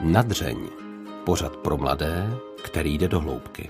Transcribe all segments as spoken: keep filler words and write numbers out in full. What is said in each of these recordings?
Nadřeň. Pořad pro mladé, který jde do hloubky.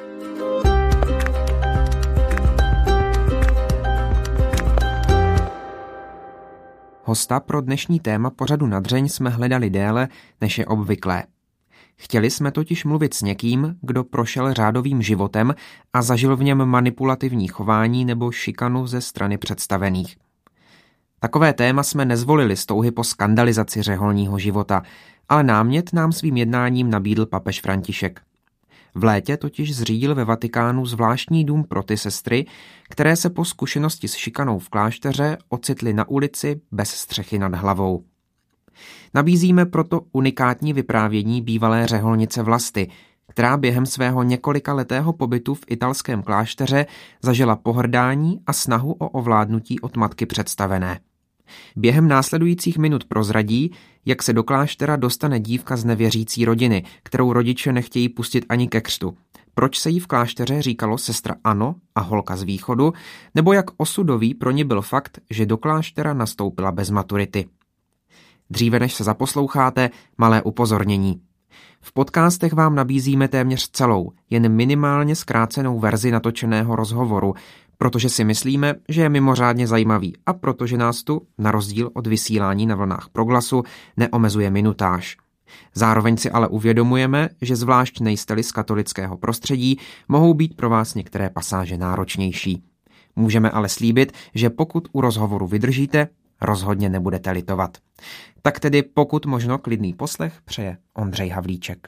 Hosta pro dnešní téma pořadu Nadřeň jsme hledali déle, než je obvyklé. Chtěli jsme totiž mluvit s někým, kdo prošel řádovým životem a zažil v něm manipulativní chování nebo šikanu ze strany představených. Takové téma jsme nezvolili z touhy po skandalizaci řeholního života, ale námět nám svým jednáním nabídl papež František. V létě totiž zřídil ve Vatikánu zvláštní dům pro ty sestry, které se po zkušenosti s šikanou v klášteře ocitly na ulici bez střechy nad hlavou. Nabízíme proto unikátní vyprávění bývalé řeholnice Vlasty, která během svého několikaletého pobytu v italském klášteře zažila pohrdání a snahu o ovládnutí od matky představené. Během následujících minut prozradí, jak se do kláštera dostane dívka z nevěřící rodiny, kterou rodiče nechtějí pustit ani ke křtu, proč se jí v klášteře říkalo sestra Ano a holka z východu, nebo jak osudový pro ní byl fakt, že do kláštera nastoupila bez maturity. Dříve než se zaposloucháte, malé upozornění. V podcastech vám nabízíme téměř celou, jen minimálně zkrácenou verzi natočeného rozhovoru, protože si myslíme, že je mimořádně zajímavý a protože nás tu, na rozdíl od vysílání na vlnách Proglasu, neomezuje minutáž. Zároveň si ale uvědomujeme, že zvlášť nejste-li z katolického prostředí, mohou být pro vás některé pasáže náročnější. Můžeme ale slíbit, že pokud u rozhovoru vydržíte, rozhodně nebudete litovat. Tak tedy pokud možno klidný poslech přeje Ondřej Havlíček.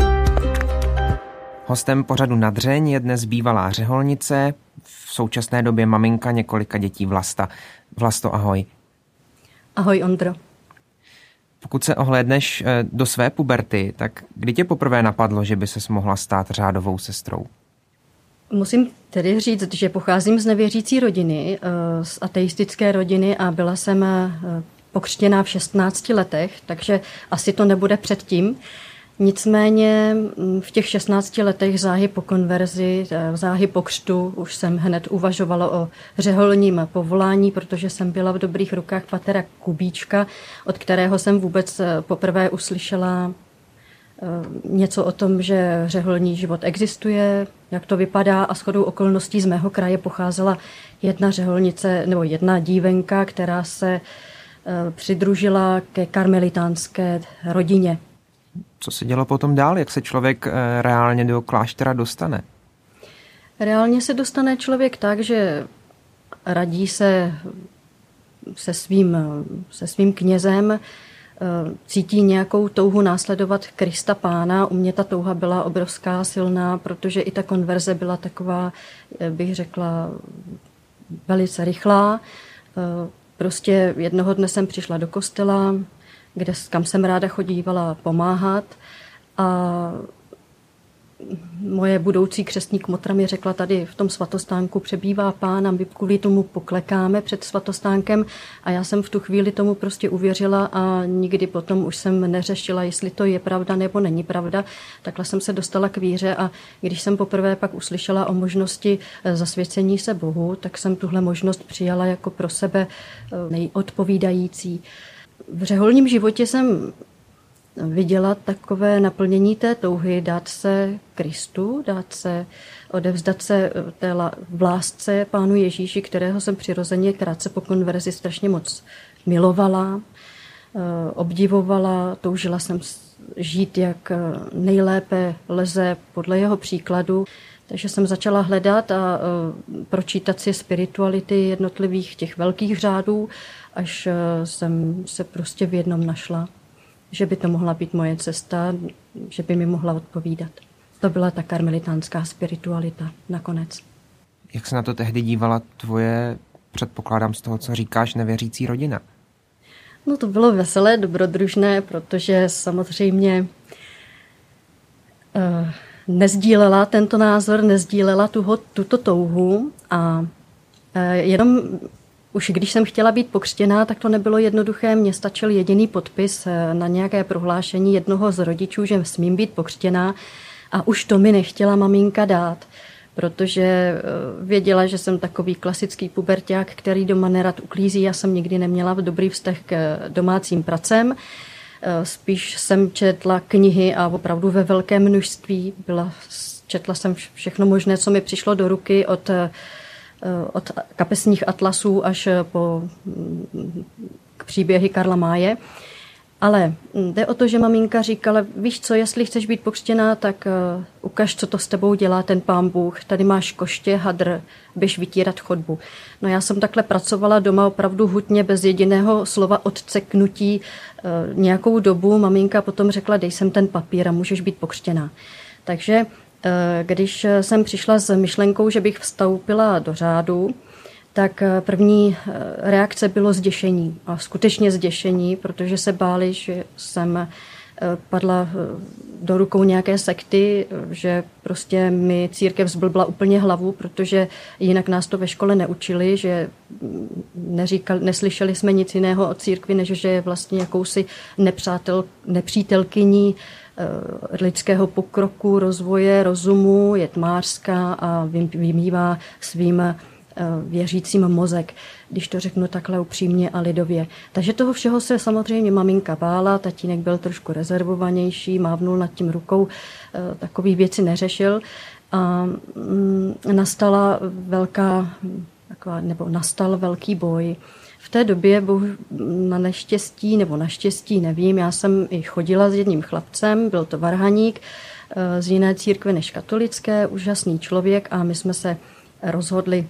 Hostem pořadu Nadřeň je dnes bývalá řeholnice, v současné době maminka několika dětí Vlasta. Vlasto, ahoj. Ahoj, Ondro. Pokud se ohlédneš do své puberty, tak kdy tě poprvé napadlo, že by ses mohla stát řádovou sestrou? Musím tedy říct, že pocházím z nevěřící rodiny, z ateistické rodiny a byla jsem pokřtěná v šestnácti letech, takže asi to nebude předtím. Nicméně v těch šestnácti letech záhy po konverzi, záhy po křtu už jsem hned uvažovala o řeholním povolání, protože jsem byla v dobrých rukách patera Kubíčka, od kterého jsem vůbec poprvé uslyšela něco o tom, že řeholní život existuje, jak to vypadá, a shodou okolností z mého kraje pocházela jedna řeholnice nebo jedna dívenka, která se přidružila ke karmelitánské rodině. Co se dělo potom dál? Jak se člověk reálně do kláštera dostane? Reálně se dostane člověk tak, že radí se se svým, se svým knězem, cítí nějakou touhu následovat Krista Pána. U mě ta touha byla obrovská, silná, protože i ta konverze byla taková, bych řekla, velice rychlá. Prostě jednoho dne jsem přišla do kostela, kde, kam jsem ráda chodívala pomáhat, a moje budoucí křestní kmotra mi řekla, tady v tom svatostánku přebývá Pán a my kvůli tomu poklekáme před svatostánkem, a já jsem v tu chvíli tomu prostě uvěřila a nikdy potom už jsem neřešila, jestli to je pravda nebo není pravda. Takhle jsem se dostala k víře, a když jsem poprvé pak uslyšela o možnosti zasvěcení se Bohu, tak jsem tuhle možnost přijala jako pro sebe nejodpovídající. V řeholním životě jsem viděla takové naplnění té touhy dát se Kristu, dát se, odevzdat se té v lásce Pánu Ježíši, kterého jsem přirozeně krátce po konverzi strašně moc milovala, obdivovala, toužila jsem žít, jak nejlépe leze podle jeho příkladu. Takže jsem začala hledat a pročítat si spirituality jednotlivých těch velkých řádů, až jsem se prostě v jednom našla, že by to mohla být moje cesta, že by mi mohla odpovídat. To byla ta karmelitánská spiritualita nakonec. Jak se na to tehdy dívala tvoje, předpokládám z toho, co říkáš, nevěřící rodina? No to bylo veselé, dobrodružné, protože samozřejmě uh, nezdílela tento názor, nezdílela tuho, tuto touhu, a uh, jenom už když jsem chtěla být pokřtěná, tak to nebylo jednoduché. Mně stačil jediný podpis na nějaké prohlášení jednoho z rodičů, že smím být pokřtěná, a už to mi nechtěla maminka dát, protože věděla, že jsem takový klasický puberťák, který doma nerad uklízí. Já jsem nikdy neměla dobrý vztah k domácím pracem. Spíš jsem četla knihy a opravdu ve velkém množství. Byla, četla jsem všechno možné, co mi přišlo do ruky, od, od kapesních atlasů až po k příběhy Karla Máje. Ale jde o to, že maminka říkala, víš co, jestli chceš být pokřtěná, tak uh, ukaž, co to s tebou dělá ten Pán Bůh. Tady máš koště, hadr, běž vytírat chodbu. No já jsem takhle pracovala doma opravdu hutně, bez jediného slova odceknutí uh, nějakou dobu. Maminka potom řekla, dej sem ten papír a můžeš být pokřtěná. Takže uh, když jsem přišla s myšlenkou, že bych vstoupila do řádu, tak první reakce bylo zděšení. A skutečně zděšení, protože se báli, že jsem padla do rukou nějaké sekty, že prostě mi církev zblbla úplně hlavu, protože jinak nás to ve škole neučili, že neříkal, neslyšeli jsme nic jiného od církvi, než že je vlastně jakousi nepřátel, nepřítelkyní lidského pokroku, rozvoje, rozumu, je tmářská a vymývá svým věřícím mozek, když to řeknu takhle upřímně a lidově. Takže toho všeho se samozřejmě maminka bála, tatínek byl trošku rezervovanější, mávnul nad tím rukou, takový věci neřešil a nastala velká, nebo nastal velký boj. V té době na neštěstí, nebo naštěstí, nevím, já jsem i chodila s jedním chlapcem, byl to varhaník z jiné církve než katolické, úžasný člověk a my jsme se rozhodli,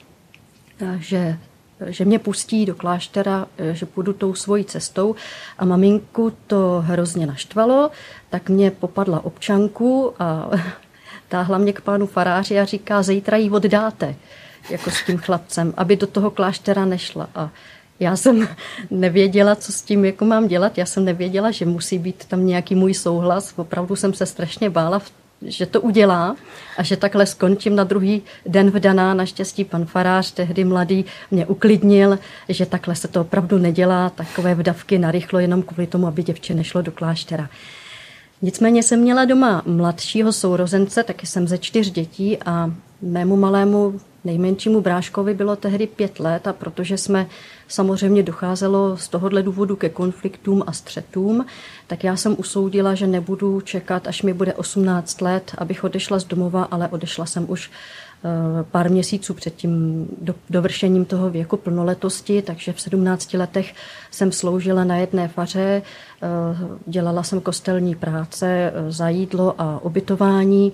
že, že mě pustí do kláštera, že půjdu tou svojí cestou a maminku to hrozně naštvalo, tak mě popadla občanku a táhla mě k pánu faráři a říká, zítra jí oddáte, jako s tím chlapcem, aby do toho kláštera nešla. A já jsem nevěděla, co s tím jako mám dělat, já jsem nevěděla, že musí být tam nějaký můj souhlas, opravdu jsem se strašně bála, že to udělá a že takhle skončím na druhý den vdaná. Naštěstí pan farář, tehdy mladý, mě uklidnil, že takhle se to opravdu nedělá, takové vdavky narychlo jenom kvůli tomu, aby děvče nešlo do kláštera. Nicméně jsem měla doma mladšího sourozence, taky jsem ze čtyř dětí a mému malému nejmenšímu bráškovi bylo tehdy pět let a protože jsme samozřejmě docházelo z tohohle důvodu ke konfliktům a střetům, tak já jsem usoudila, že nebudu čekat, až mi bude osmnáct let, abych odešla z domova, ale odešla jsem už pár měsíců před tím dovršením toho věku plnoletosti, takže v sedmnácti letech jsem sloužila na jedné faře, dělala jsem kostelní práce za jídlo a ubytování.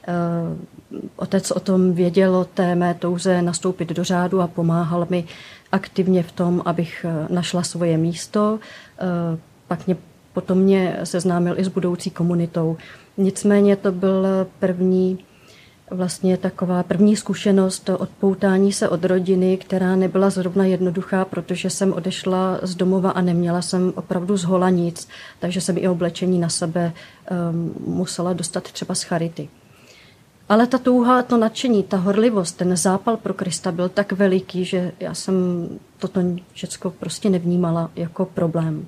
Otec o tom věděl, o té mé touze nastoupit do řádu a pomáhal mi aktivně v tom, abych našla svoje místo. Pak mě, potom mě seznámil i s budoucí komunitou. Nicméně to byl první vlastně taková první zkušenost odpoutání se od rodiny, která nebyla zrovna jednoduchá, protože jsem odešla z domova a neměla jsem opravdu zhola nic, takže jsem i oblečení na sebe um, musela dostat třeba z charity. Ale ta touha, to nadšení, ta horlivost, ten zápal pro Krista byl tak veliký, že já jsem toto všecko prostě nevnímala jako problém.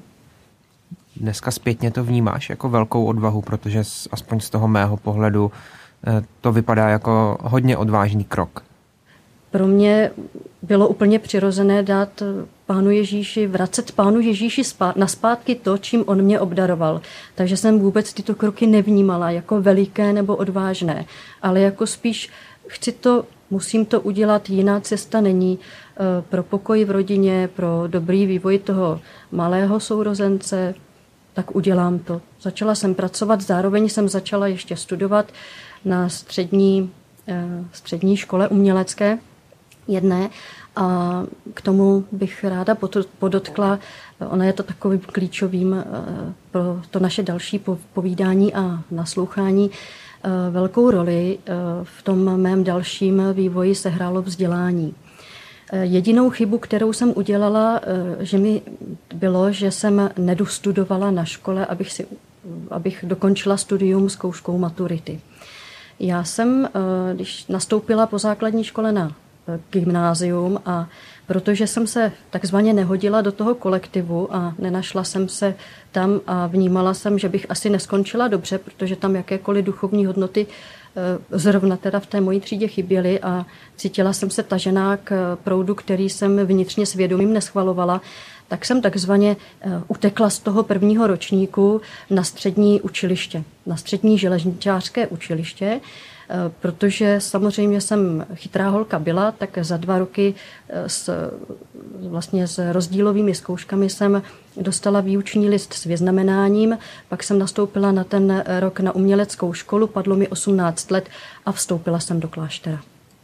Dneska zpětně to vnímáš jako velkou odvahu, protože aspoň z toho mého pohledu to vypadá jako hodně odvážný krok. Pro mě bylo úplně přirozené dát Pánu Ježíši, vracet Pánu Ježíši naspátky to, čím on mě obdaroval. Takže jsem vůbec tyto kroky nevnímala jako veliké nebo odvážné, ale jako spíš chci to, musím to udělat, jiná cesta není pro pokoj v rodině, pro dobrý vývoj toho malého sourozence, tak udělám to. Začala jsem pracovat, zároveň jsem začala ještě studovat na střední, střední škole umělecké jedné a k tomu bych ráda podotkla, ona je to takovým klíčovým pro to naše další povídání a naslouchání. Velkou roli v tom mém dalším vývoji sehrálo vzdělání. Jedinou chybu, kterou jsem udělala, že mi bylo, že jsem nedostudovala na škole, abych, si, abych dokončila studium zkouškou maturity. Já jsem, když nastoupila po základní škole na gymnázium a protože jsem se takzvaně nehodila do toho kolektivu a nenašla jsem se tam a vnímala jsem, že bych asi neskončila dobře, protože tam jakékoliv duchovní hodnoty zrovna teda v té mojí třídě chyběly a cítila jsem se tažená k proudu, který jsem vnitřně svědomím neschvalovala, tak jsem takzvaně utekla z toho prvního ročníku na střední učiliště, na střední železničářské učiliště, protože samozřejmě jsem chytrá holka byla, tak za dva roky s, vlastně s rozdílovými zkouškami jsem dostala výuční list s vyznamenáním, pak jsem nastoupila na ten rok na uměleckou školu, padlo mi osmnáct let a vstoupila jsem do kláštera.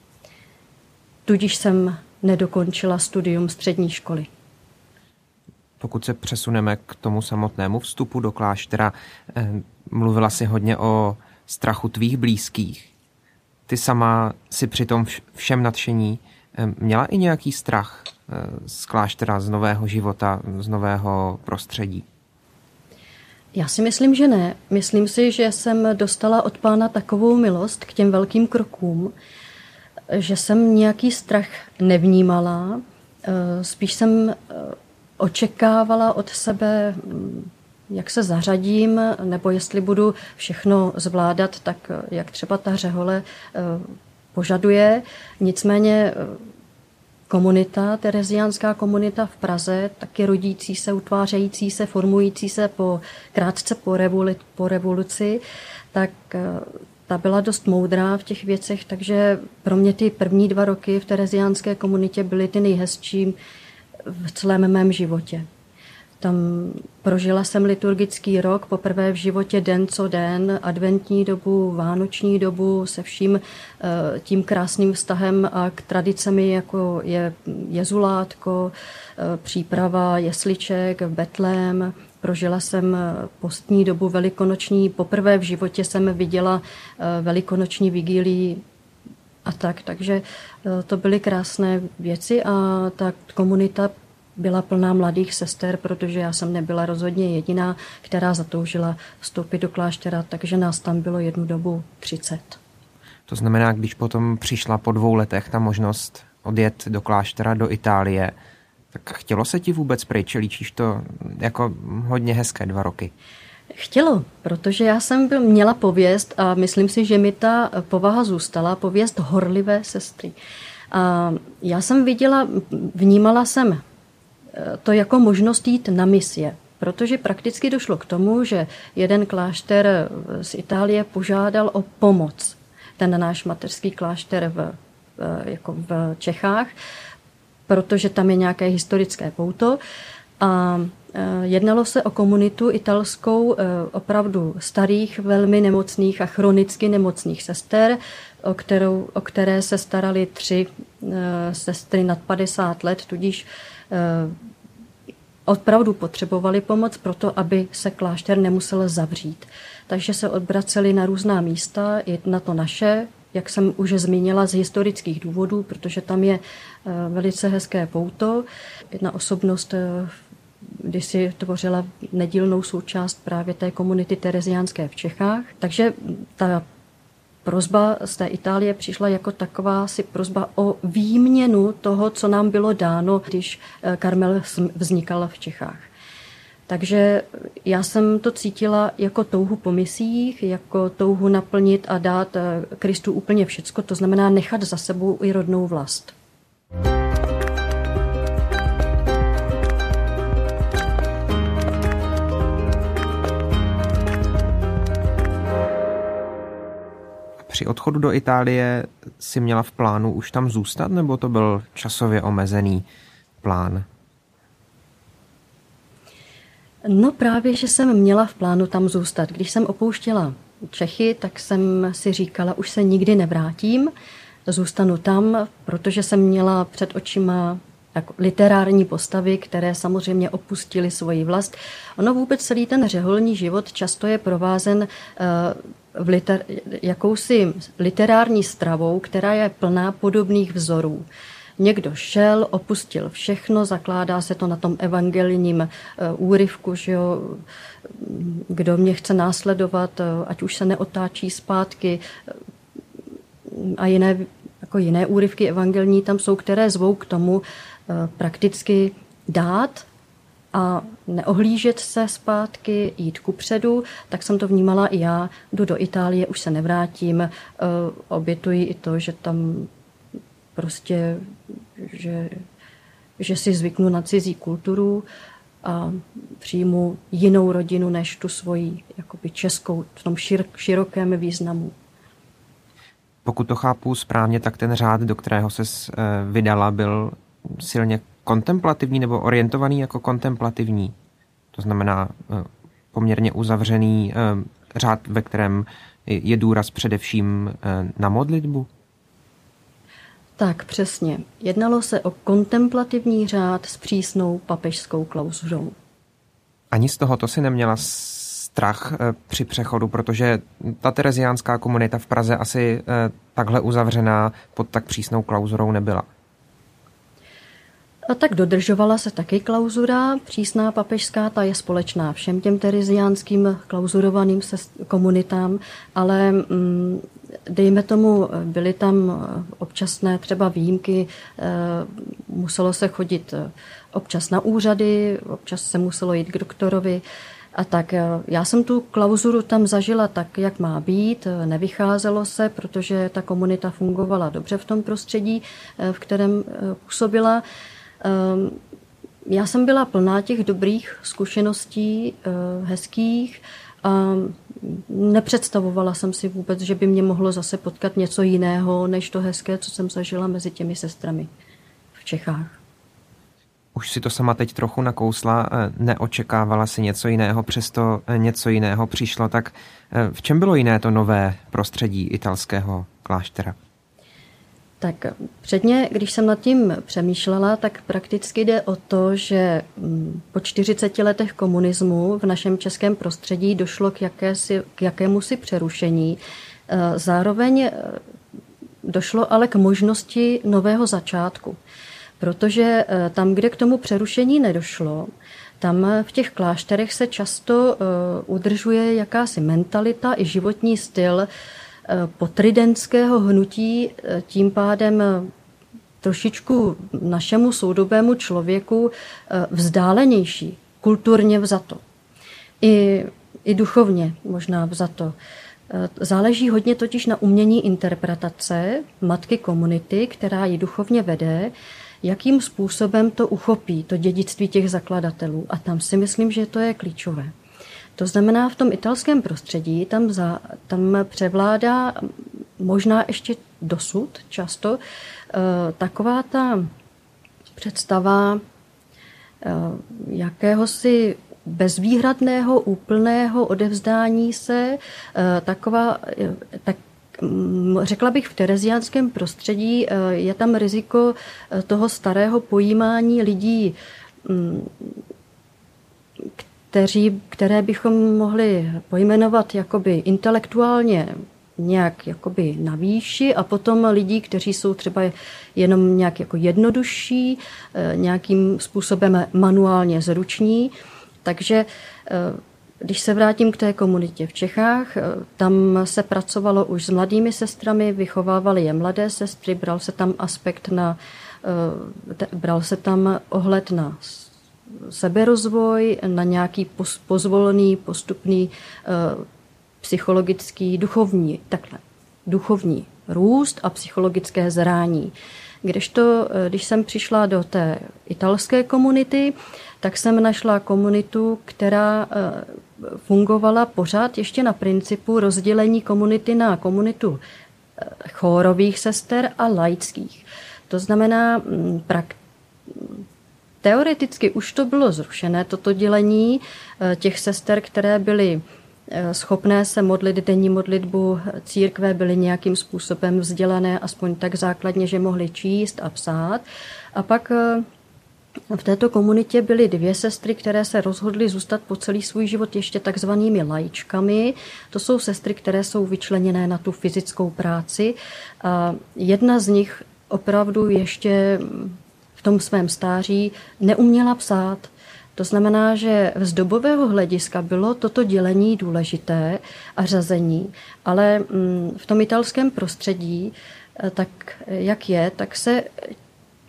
Tudíž jsem nedokončila studium střední školy. Pokud se přesuneme k tomu samotnému vstupu do kláštera, mluvila si hodně o strachu tvých blízkých. Ty sama si při tom všem nadšení měla i nějaký strach z kláštera, z nového života, z nového prostředí? Já si myslím, že ne. Myslím si, že jsem dostala od Pána takovou milost k těm velkým krokům, že jsem nějaký strach nevnímala. Spíš jsem očekávala od sebe, jak se zařadím, nebo jestli budu všechno zvládat, tak jak třeba ta řehole požaduje. Nicméně komunita, tereziánská komunita v Praze, taky rodící se, utvářející se, formující se po, krátce po, revolu, po revoluci, tak ta byla dost moudrá v těch věcech, takže pro mě ty první dva roky v tereziánské komunitě byly ty nejhezčí v celém mém životě. Tam prožila jsem liturgický rok, poprvé v životě den co den, adventní dobu, vánoční dobu, se vším tím krásným vztahem a k tradicemi, jako je jezulátko, příprava jesliček, betlém. Prožila jsem postní dobu velikonoční, poprvé v životě jsem viděla velikonoční vigílii a tak, takže to byly krásné věci a ta komunita byla plná mladých sester, protože já jsem nebyla rozhodně jediná, která zatoužila vstoupit do kláštera, takže nás tam bylo jednu dobu třicet. To znamená, když potom přišla po dvou letech ta možnost odjet do kláštera do Itálie, tak chtělo se ti vůbec pryč? Líčíš to jako hodně hezké dva roky? Chtělo, protože já jsem byl, měla pověst a myslím si, že mi ta povaha zůstala, pověst horlivé sestry. A já jsem viděla, vnímala jsem to jako možnost jít na misie, protože prakticky došlo k tomu, že jeden klášter z Itálie požádal o pomoc. Ten náš mateřský klášter v, jako v Čechách, protože tam je nějaké historické pouto. A jednalo se o komunitu italskou opravdu starých, velmi nemocných a chronicky nemocných sester, o, kterou, o které se starali tři sestry nad padesát let, tudíž opravdu potřebovali pomoc proto, aby se klášter nemusel zavřít. Takže se odbraceli na různá místa, i na to naše, jak jsem už zmínila, z historických důvodů, protože tam je velice hezké pouto. Jedna osobnost když si tvořila nedílnou součást právě té komunity tereziánské v Čechách. Takže ta prosba z té Itálie přišla jako taková si prosba o výměnu toho, co nám bylo dáno, když Karmel vznikal v Čechách. Takže já jsem to cítila jako touhu po misích, jako touhu naplnit a dát Kristu úplně všecko, to znamená nechat za sebou i rodnou vlast. Při odchodu do Itálie si měla v plánu už tam zůstat, nebo to byl časově omezený plán? No právě, že jsem měla v plánu tam zůstat. Když jsem opouštěla Čechy, tak jsem si říkala, už se nikdy nevrátím, zůstanu tam, protože jsem měla před očima jako literární postavy, které samozřejmě opustily svoji vlast. Ono vůbec celý ten řeholní život často je provázen v liter, jakousi literární stravou, která je plná podobných vzorů. Někdo šel, opustil všechno, zakládá se to na tom evangelijním úryvku, že jo, kdo mě chce následovat, ať už se neotáčí zpátky, a jiné, jako jiné úryvky evangelní tam jsou, které zvou k tomu prakticky dát a neohlížet se zpátky, jít kupředu, tak jsem to vnímala i já. Jdu do Itálie, už se nevrátím, obětuji i to, že tam prostě, že že si zvyknu na cizí kulturu a přijmu jinou rodinu než tu svoji jakoby českou v tom šir, širokém významu. Pokud to chápu správně, tak ten řád, do kterého ses vydala, byl silně kontemplativní nebo orientovaný jako kontemplativní. To znamená poměrně uzavřený řád, ve kterém je důraz především na modlitbu? Tak, přesně. Jednalo se o kontemplativní řád s přísnou papežskou klauzurou. Ani z tohoto si neměla strach při přechodu, protože ta tereziánská komunita v Praze asi takhle uzavřená pod tak přísnou klauzurou nebyla. A tak dodržovala se taky klauzura, přísná papežská, ta je společná všem těm tereziánským klauzurovaným komunitám, ale dejme tomu, byly tam občasné třeba výjimky, muselo se chodit občas na úřady, občas se muselo jít k doktorovi. A tak já jsem tu klauzuru tam zažila tak, jak má být, nevycházelo se, protože ta komunita fungovala dobře v tom prostředí, v kterém působila. Já jsem byla plná těch dobrých zkušeností, hezkých, a nepředstavovala jsem si vůbec, že by mě mohlo zase potkat něco jiného, než to hezké, co jsem zažila mezi těmi sestrami v Čechách. Už si to sama teď trochu nakousla, neočekávala si něco jiného, přesto něco jiného přišlo. Tak v čem bylo jiné to nové prostředí italského kláštera? Tak předně, když jsem nad tím přemýšlela, tak prakticky jde o to, že po čtyřiceti letech komunismu v našem českém prostředí došlo k, jakési, k jakémusi přerušení. Zároveň došlo ale k možnosti nového začátku, protože tam, kde k tomu přerušení nedošlo, tam v těch klášterech se často udržuje jakási mentalita i životní styl potridentského hnutí, tím pádem trošičku našemu soudobému člověku vzdálenější, kulturně vzato. I, i duchovně možná vzato. Záleží hodně totiž na umění interpretace matky komunity, která ji duchovně vede, jakým způsobem to uchopí, to dědictví těch zakladatelů. A tam si myslím, že to je klíčové. To znamená, v tom italském prostředí tam, za, tam převládá možná ještě dosud často taková ta představa jakéhosi bezvýhradného, úplného odevzdání se, taková, tak řekla bych, v tereziánském prostředí je tam riziko toho starého pojímání lidí, kteří, které bychom mohli pojmenovat jakoby intelektuálně nějak jakoby na výši, a potom lidí, kteří jsou třeba jenom nějak jako jednodušší, nějakým způsobem manuálně zruční. Takže když se vrátím k té komunitě v Čechách, tam se pracovalo už s mladými sestrami, vychovávaly je mladé sestry, bral se tam aspekt na, bral se tam ohled na seberozvoj, na nějaký pozvolný, postupný psychologický, duchovní, takhle, duchovní růst a psychologické zrání. Kdežto, když jsem přišla do té italské komunity, tak jsem našla komunitu, která fungovala pořád ještě na principu rozdělení komunity na komunitu chórových sester a laických. To znamená, prak- teoreticky už to bylo zrušené, toto dělení těch sester, které byly schopné se modlit denní modlitbu církve, byly nějakým způsobem vzdělané, aspoň tak základně, že mohly číst a psát. A pak v této komunitě byly dvě sestry, které se rozhodly zůstat po celý svůj život ještě takzvanými laičkami. To jsou sestry, které jsou vyčleněné na tu fyzickou práci. A jedna z nich opravdu ještě v tom svém stáří neuměla psát. To znamená, že z dobového hlediska bylo toto dělení důležité a řazení, ale v tom italském prostředí, tak jak je, tak se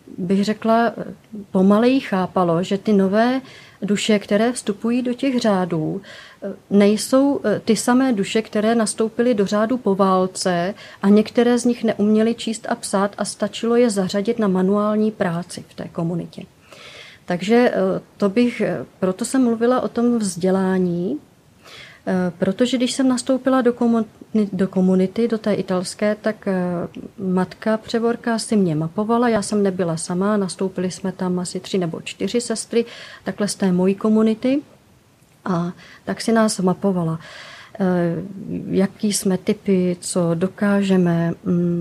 bych řekla, pomaleji chápalo, že ty nové duše, které vstupují do těch řádů, nejsou ty samé duše, které nastoupily do řádu po válce a některé z nich neuměly číst a psát a stačilo je zařadit na manuální práci v té komunitě. Takže to bych, proto jsem mluvila o tom vzdělání, protože když jsem nastoupila do komunity, do komunity, do té italské, tak matka převorka si mě mapovala, já jsem nebyla sama, nastoupili jsme tam asi tři nebo čtyři sestry, takhle z té mojí komunity a tak si nás mapovala. Jaký jsme typy, co dokážeme.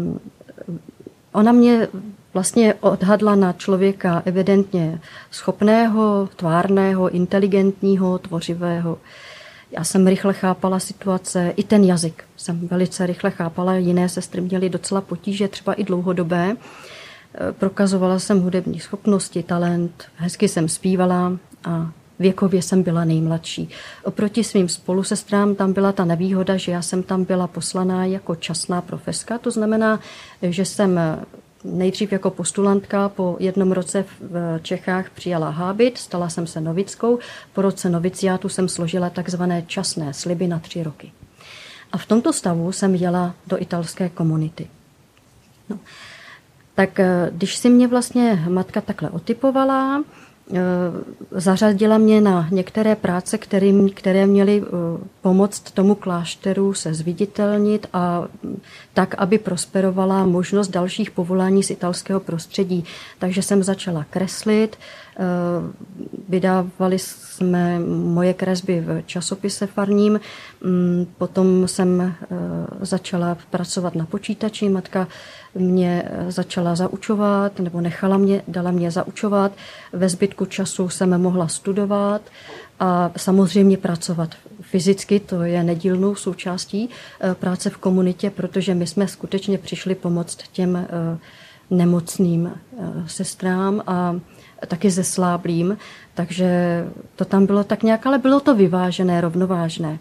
Ona mě vlastně odhadla na člověka evidentně schopného, tvárného, inteligentního, tvořivého. Já jsem rychle chápala situace, i ten jazyk jsem velice rychle chápala, jiné sestry měly docela potíže, třeba i dlouhodobé. Prokazovala jsem hudební schopnosti, talent, hezky jsem zpívala a věkově jsem byla nejmladší. Oproti svým spolusestrám tam byla ta nevýhoda, že já jsem tam byla poslaná jako časná profeska, to znamená, že jsem nejdřív jako postulantka po jednom roce v Čechách přijala hábit, stala jsem se novickou, po roce noviciátu jsem složila takzvané časné sliby na tři roky. A v tomto stavu jsem jela do italské komunity. No. Tak když si mě vlastně matka takhle otypovala, zařadila mě na některé práce, které, které měly pomoct tomu klášteru se zviditelnit a tak, aby prosperovala možnost dalších povolání z italského prostředí. Takže jsem začala kreslit, vydávali jsme moje kresby v časopise farním, potom jsem začala pracovat na počítači, matka mě začala zaučovat, nebo nechala mě, dala mě zaučovat. Ve zbytku času jsem mohla studovat a samozřejmě pracovat fyzicky, to je nedílnou součástí práce v komunitě, protože my jsme skutečně přišli pomoct těm nemocným sestrám a taky zesláblým, takže to tam bylo tak nějak, ale bylo to vyvážené, rovnovážné.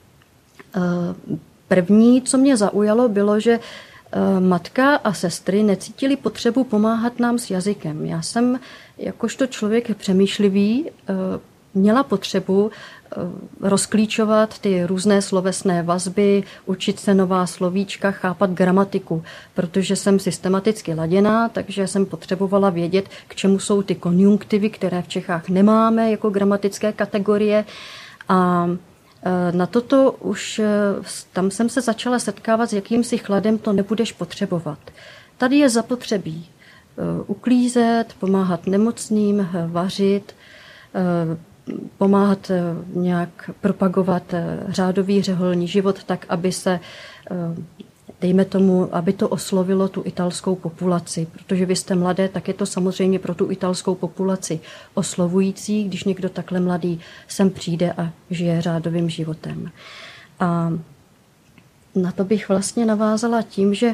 První, co mě zaujalo, bylo, že matka a sestry necítili potřebu pomáhat nám s jazykem. Já jsem jakožto člověk přemýšlivý měla potřebu rozklíčovat ty různé slovesné vazby, učit se nová slovíčka, chápat gramatiku, protože jsem systematicky laděná, takže jsem potřebovala vědět, k čemu jsou ty konjunktivy, které v Čechách nemáme jako gramatické kategorie. A na toto už, tam jsem se začala setkávat s jakýmsi chladem, to nebudeš potřebovat. Tady je zapotřebí uklízet, pomáhat nemocným, vařit, pomáhat nějak propagovat řádový řeholní život tak, aby se, dejme tomu, aby to oslovilo tu italskou populaci. Protože vy jste mladé, tak je to samozřejmě pro tu italskou populaci oslovující, když někdo takhle mladý sem přijde a žije řádovým životem. A na to bych vlastně navázala tím, že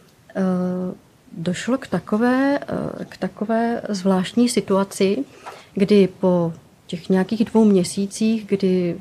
došlo k takové, k takové zvláštní situaci, kdy po těch nějakých dvou měsících, kdy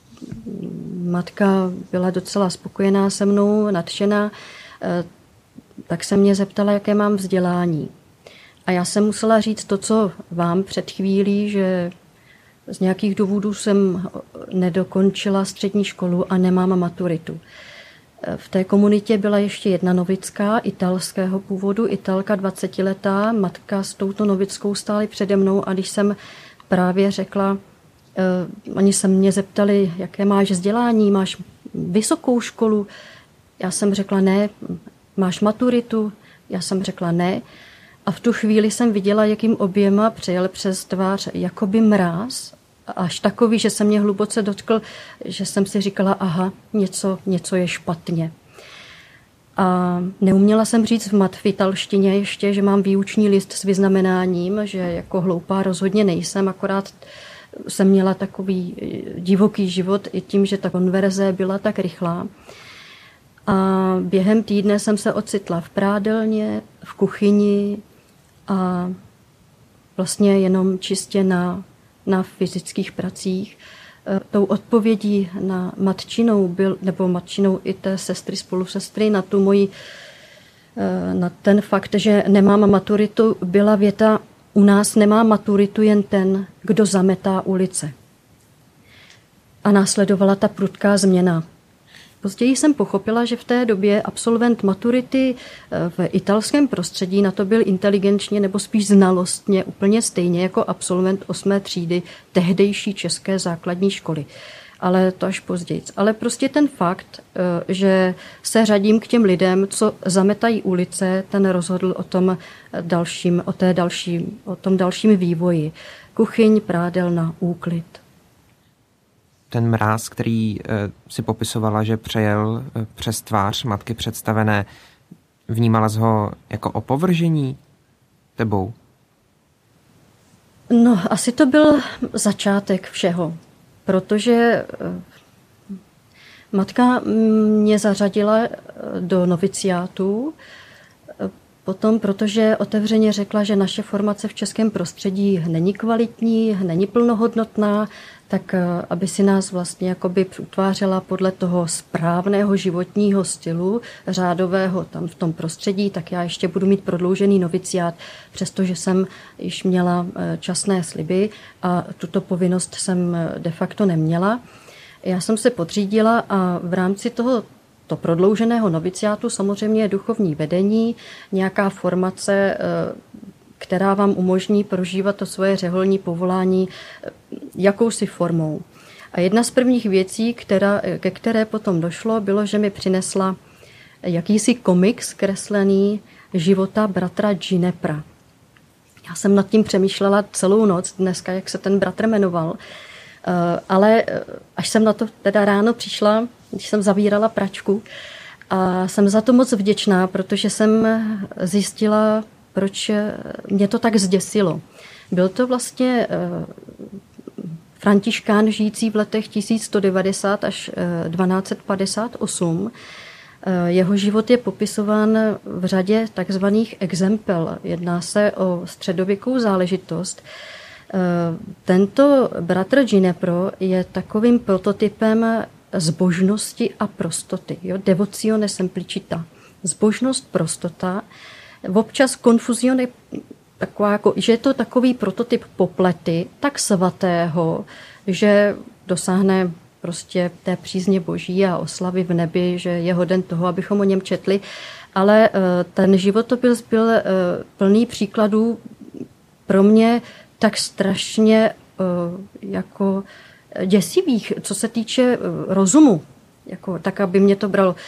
matka byla docela spokojená se mnou, nadšená, tak se mě zeptala, jaké mám vzdělání. A já jsem musela říct to, co vám před chvílí, že z nějakých důvodů jsem nedokončila střední školu a nemám maturitu. V té komunitě byla ještě jedna novická italského původu, Italka dvacetiletá, matka s touto novickou stály přede mnou a když jsem právě řekla, eh, oni se mě zeptali, jaké máš vzdělání, máš vysokou školu. Já jsem řekla ne, máš maturitu? Já jsem řekla ne. A v tu chvíli jsem viděla, jakým oběma přejel přes tvář jakoby mráz, až takový, že se mě hluboce dotkl, že jsem si říkala, aha, něco, něco je špatně. A neuměla jsem říct v mat v italštině ještě, že mám výuční list s vyznamenáním, že jako hloupá rozhodně nejsem, akorát jsem měla takový divoký život i tím, že ta konverze byla tak rychlá. A během týdne jsem se ocitla v prádelně, v kuchyni a vlastně jenom čistě na, na fyzických pracích. Tou odpovědí na matčinou byl, nebo matčinou i té sestry, spolusestry, na tu moji na ten fakt, že nemám maturitu, byla věta: u nás nemá maturitu jen ten, kdo zametá ulice. A následovala ta prudká změna. Později jsem pochopila, že v té době absolvent maturity v italském prostředí na to byl inteligenčně nebo spíš znalostně úplně stejně jako absolvent osmé třídy tehdejší české základní školy. Ale to až později. Ale prostě ten fakt, že se řadím k těm lidem, co zametají ulice, ten rozhodl o tom dalším, o té dalším, o tom dalším vývoji. Kuchyň, prádelna, úklid. Ten mráz, který si popisovala, že přejel přes tvář matky představené, vnímala jsi ho jako opovržení tebou? No, asi to byl začátek všeho, protože matka mě zařadila do noviciátu, potom, protože otevřeně řekla, že naše formace v českém prostředí není kvalitní, není plnohodnotná, tak aby si nás vlastně jakoby utvářela podle toho správného životního stylu, řádového tam v tom prostředí, tak já ještě budu mít prodloužený noviciát, přestože jsem již měla časné sliby a tuto povinnost jsem de facto neměla. Já jsem se podřídila a v rámci toho to prodlouženého noviciátu samozřejmě je duchovní vedení, nějaká formace, která vám umožní prožívat to svoje řeholní povolání jakousi formou. A jedna z prvních věcí, která, ke které potom došlo, bylo, že mi přinesla jakýsi komiks kreslený života bratra Ginepra. Já jsem nad tím přemýšlela celou noc dneska, jak se ten bratr jmenoval, ale až jsem na to teda ráno přišla, když jsem zavírala pračku, a jsem za to moc vděčná, protože jsem zjistila, proč mě to tak zděsilo. Byl to vlastně františkán žijící v letech tisíc sto devadesát až dvanáct set padesát osm. Jeho život je popisován v řadě takzvaných exempel. Jedná se o středověkou záležitost. Tento bratr Ginepro je takovým prototypem zbožnosti a prostoty. Jo? Devozione semplicita. Zbožnost, prostota. Občas konfuzione, taková jako, že je to takový prototyp poplety, tak svatého, že dosáhne prostě té přízně boží a oslavy v nebi, že je hoden toho, abychom o něm četli. Ale ten životopis byl plný příkladů pro mě tak strašně jako děsivých, co se týče rozumu, jako, tak, aby mě to bralo.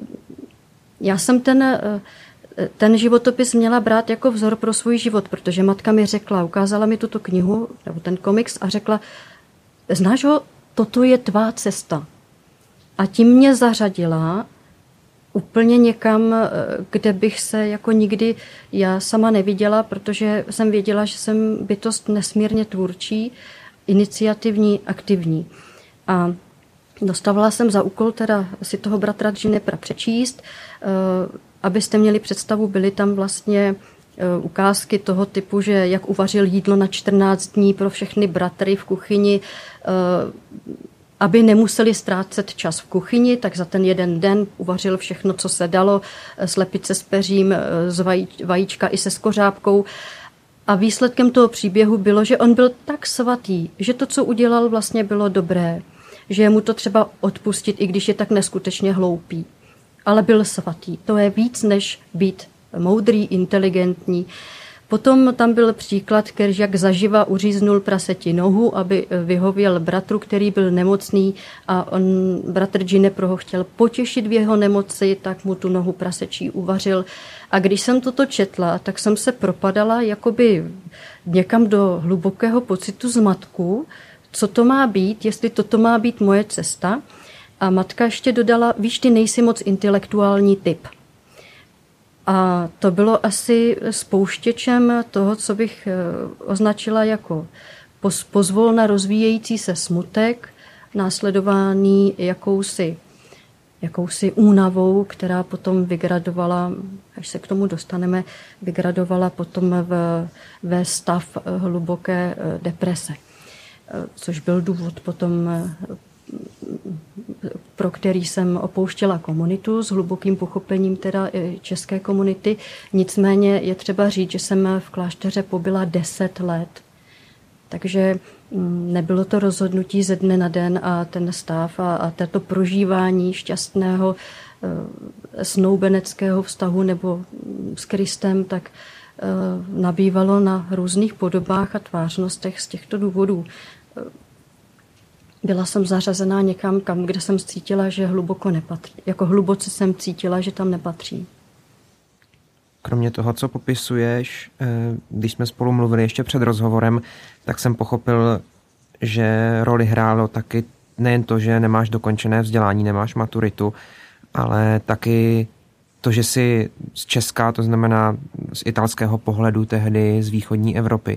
Já jsem ten, ten životopis měla brát jako vzor pro svůj život, protože matka mi řekla, ukázala mi tuto knihu, nebo ten komiks a řekla, znáš ho, toto je tvá cesta. A tím mě zařadila úplně někam, kde bych se jako nikdy já sama neviděla, protože jsem věděla, že jsem bytost nesmírně tvůrčí, iniciativní, aktivní. A dostávala jsem za úkol teda si toho bratra Ginepra přečíst. Abyste měli představu, byly tam vlastně ukázky toho typu, že jak uvařil jídlo na čtrnáct dní pro všechny bratry v kuchyni, aby nemuseli ztrácet čas v kuchyni, tak za ten jeden den uvařil všechno, co se dalo, slepice s peřím, z vajíčka i se skořápkou. A výsledkem toho příběhu bylo, že on byl tak svatý, že to, co udělal, vlastně bylo dobré. Že je mu to třeba odpustit, i když je tak neskutečně hloupý. Ale byl svatý. To je víc, než být moudrý, inteligentní. Potom tam byl příklad, který jak zaživa uříznul praseti nohu, aby vyhověl bratru, který byl nemocný a on, bratr Ginepro ho chtěl potěšit v jeho nemoci, tak mu tu nohu prasečí uvařil. A když jsem toto četla, tak jsem se propadala jakoby někam do hlubokého pocitu zmatku, co to má být, jestli toto má být moje cesta. A matka ještě dodala, víš, ty nejsi moc intelektuální typ. A to bylo asi spouštěčem toho, co bych označila jako pozvolna rozvíjející se smutek, následovaný jakousi, jakousi únavou, která potom vygradovala, až se k tomu dostaneme, vygradovala potom v, ve stav hluboké deprese. Což byl důvod potom pro který jsem opouštěla komunitu s hlubokým pochopením teda české komunity. Nicméně je třeba říct, že jsem v klášteře pobyla deset let. Takže nebylo to rozhodnutí ze dne na den a ten stav a, a toto prožívání šťastného snoubeneckého vztahu nebo s Kristem, tak nabývalo na různých podobách a tvářnostech z těchto důvodů. Byla jsem zařazená někam, kam, kde jsem cítila, že hluboko nepatří. Jako hluboce jsem cítila, že tam nepatří. Kromě toho, co popisuješ, když jsme spolu mluvili ještě před rozhovorem, tak jsem pochopil, že roli hrálo taky nejen to, že nemáš dokončené vzdělání, nemáš maturitu, ale taky to, že jsi z Česka, to znamená z italského pohledu tehdy z východní Evropy.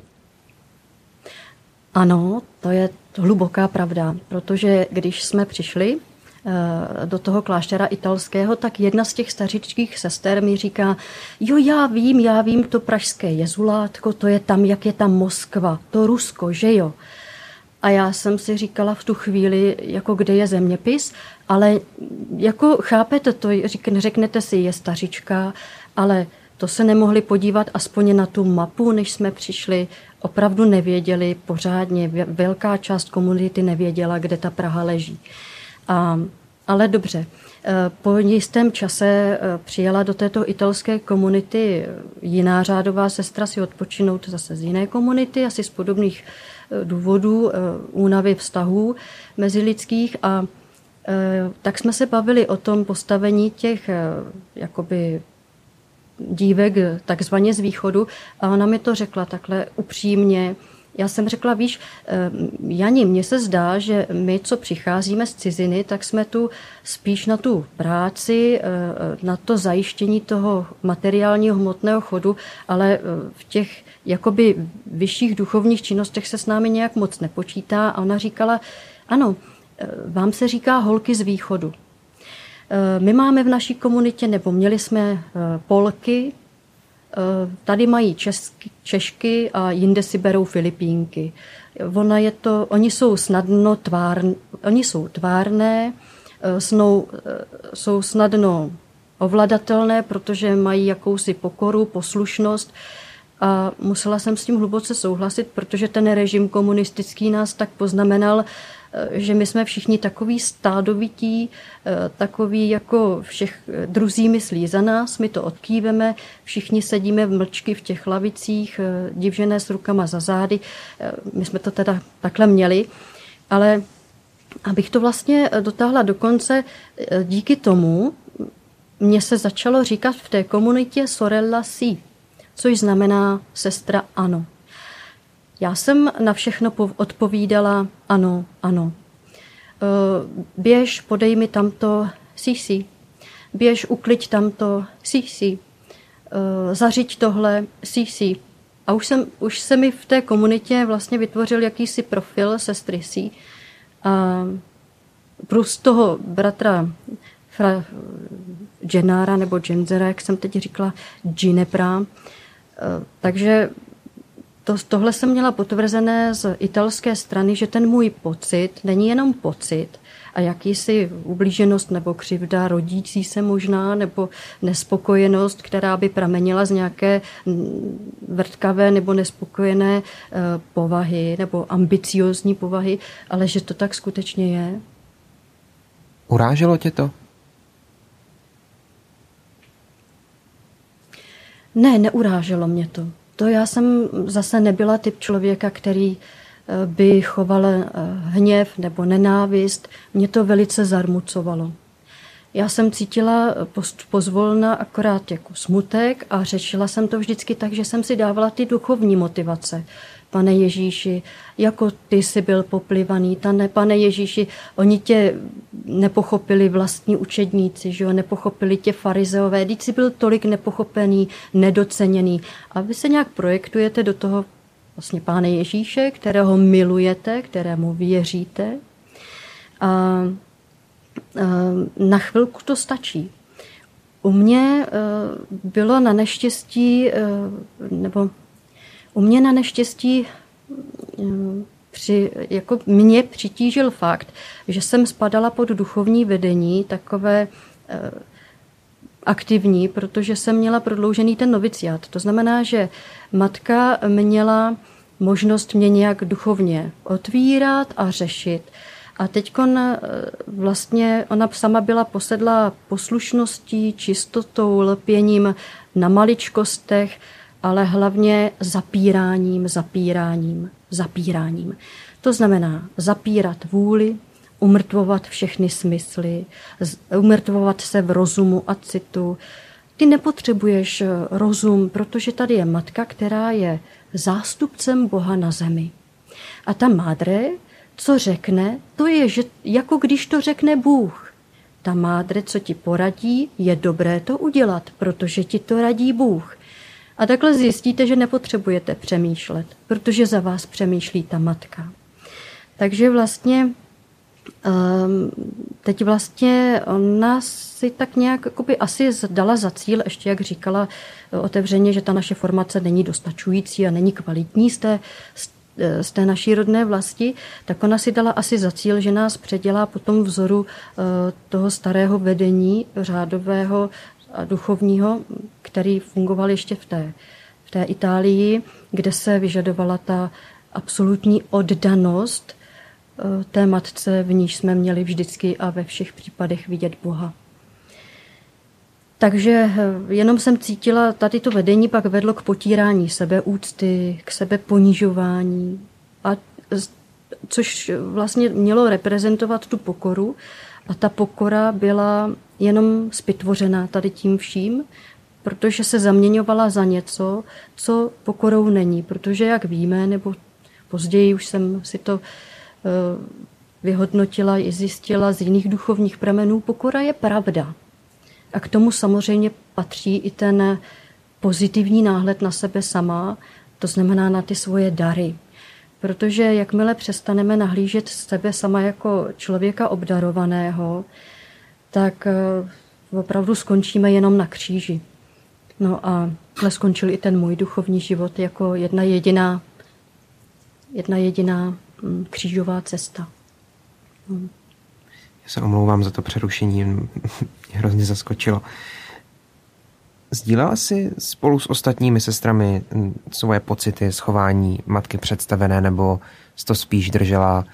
Ano, to je hluboká pravda, protože když jsme přišli do toho kláštera italského, tak jedna z těch stařičkých sester mi říká, jo, já vím, já vím, to pražské jezulátko, to je tam, jak je tam Moskva, to Rusko, že jo? A já jsem si říkala v tu chvíli, jako kde je zeměpis, ale jako chápete to, řeknete si, je stařička, ale to se nemohli podívat aspoň na tu mapu, než jsme přišli. Opravdu nevěděli pořádně, velká část komunity nevěděla, kde ta Praha leží. A, ale dobře, po jistém čase přijela do této italské komunity jiná řádová sestra si odpočinout zase z jiné komunity, asi z podobných důvodů únavy vztahů mezilidských a tak jsme se bavili o tom postavení těch jakoby dívek takzvaně z východu a ona mi to řekla takhle upřímně. Já jsem řekla, víš, Jani, mně se zdá, že my, co přicházíme z ciziny, tak jsme tu spíš na tu práci, na to zajištění toho materiálního hmotného chodu, ale v těch jakoby vyšších duchovních činnostech se s námi nějak moc nepočítá. A ona říkala, ano, vám se říká holky z východu. My máme v naší komunitě, nebo měli jsme Polky, tady mají česky, Češky a jinde si berou Filipínky. Ona je to, oni jsou snadno tvárn, oni jsou tvárné, snou, jsou snadno ovladatelné, protože mají jakousi pokoru, poslušnost a musela jsem s tím hluboce souhlasit, protože ten režim komunistický nás tak poznamenal, že my jsme všichni takový stádovití, takový jako všech druzí myslí za nás, my to odkýveme, všichni sedíme v mlčky v těch lavicích, divžené s rukama za zády, my jsme to teda takhle měli, ale abych to vlastně dotáhla do konce, díky tomu mně se začalo říkat v té komunitě sorella si, což znamená sestra ano. Já jsem na všechno odpovídala ano, ano. Běž, podej mi tamto, si, si. Běž, ukliď tamto, si, si. Zařiď tohle, si, si. A už, jsem, už se mi v té komunitě vlastně vytvořil jakýsi profil sestry si. A plus toho bratra fra Gennára nebo Genzera, jak jsem teď říkala, Ginepra. Takže To, tohle jsem měla potvrzené z italské strany, že ten můj pocit není jenom pocit a jakýsi ublíženost nebo křivda rodící se možná nebo nespokojenost, která by pramenila z nějaké vrtkavé nebo nespokojené povahy nebo ambiciózní povahy, ale že to tak skutečně je. Uráželo tě to? Ne, neuráželo mě to. To já jsem zase nebyla typ člověka, který by choval hněv nebo nenávist. Mě to velice zarmucovalo. Já jsem cítila pozvolna akorát jako smutek a řešila jsem to vždycky tak, že jsem si dávala ty duchovní motivace. Pane Ježíši, jako ty jsi byl poplivaný, tane, pane Ježíši, oni tě nepochopili vlastní učedníci, že jo, nepochopili tě farizeové, vždyť jsi byl tolik nepochopený, nedoceněný. A vy se nějak projektujete do toho vlastně Pána Ježíše, kterého milujete, kterému věříte. A, a na chvilku to stačí. U mě bylo na neštěstí, nebo u mě na neštěstí při, jako mě přitížil fakt, že jsem spadala pod duchovní vedení, takové eh, aktivní, protože jsem měla prodloužený ten noviciát. To znamená, že matka měla možnost mě nějak duchovně otvírat a řešit. A teď vlastně ona sama byla posedlá poslušností, čistotou, lpěním na maličkostech, ale hlavně zapíráním, zapíráním, zapíráním. To znamená zapírat vůli, umrtvovat všechny smysly, umrtvovat se v rozumu a citu. Ty nepotřebuješ rozum, protože tady je matka, která je zástupcem Boha na zemi. A ta mádre, co řekne, to je, že jako když to řekne Bůh. Ta mádre, co ti poradí, je dobré to udělat, protože ti to radí Bůh. A takhle zjistíte, že nepotřebujete přemýšlet, protože za vás přemýšlí ta matka. Takže vlastně teď vlastně ona si tak nějak jakoby asi dala za cíl, ještě jak říkala otevřeně, že ta naše formace není dostačující a není kvalitní z té, z té naší rodné vlasti, tak ona si dala asi za cíl, že nás předělá po tom vzoru toho starého vedení řádového a duchovního, který fungoval ještě v té, v té Itálii, kde se vyžadovala ta absolutní oddanost té matce, v níž jsme měli vždycky a ve všech případech vidět Boha. Takže jenom jsem cítila, tady to vedení pak vedlo k potírání sebeúcty, k sebeponižování, a což vlastně mělo reprezentovat tu pokoru. A ta pokora byla jenom zpytvořená tady tím vším, protože se zaměňovala za něco, co pokorou není. Protože jak víme, nebo později už jsem si to vyhodnotila i zjistila z jiných duchovních pramenů, pokora je pravda. A k tomu samozřejmě patří i ten pozitivní náhled na sebe sama, to znamená na ty svoje dary. Protože jakmile přestaneme nahlížet sebe sama jako člověka obdarovaného, tak opravdu skončíme jenom na kříži. No a skončil i ten můj duchovní život jako jedna jediná, jedna jediná křížová cesta. Hmm. Já se omlouvám za to přerušení, mě hrozně zaskočilo. Sdílela jsi spolu s ostatními sestrami svoje pocity, schování matky představené, nebo jsi to spíš držela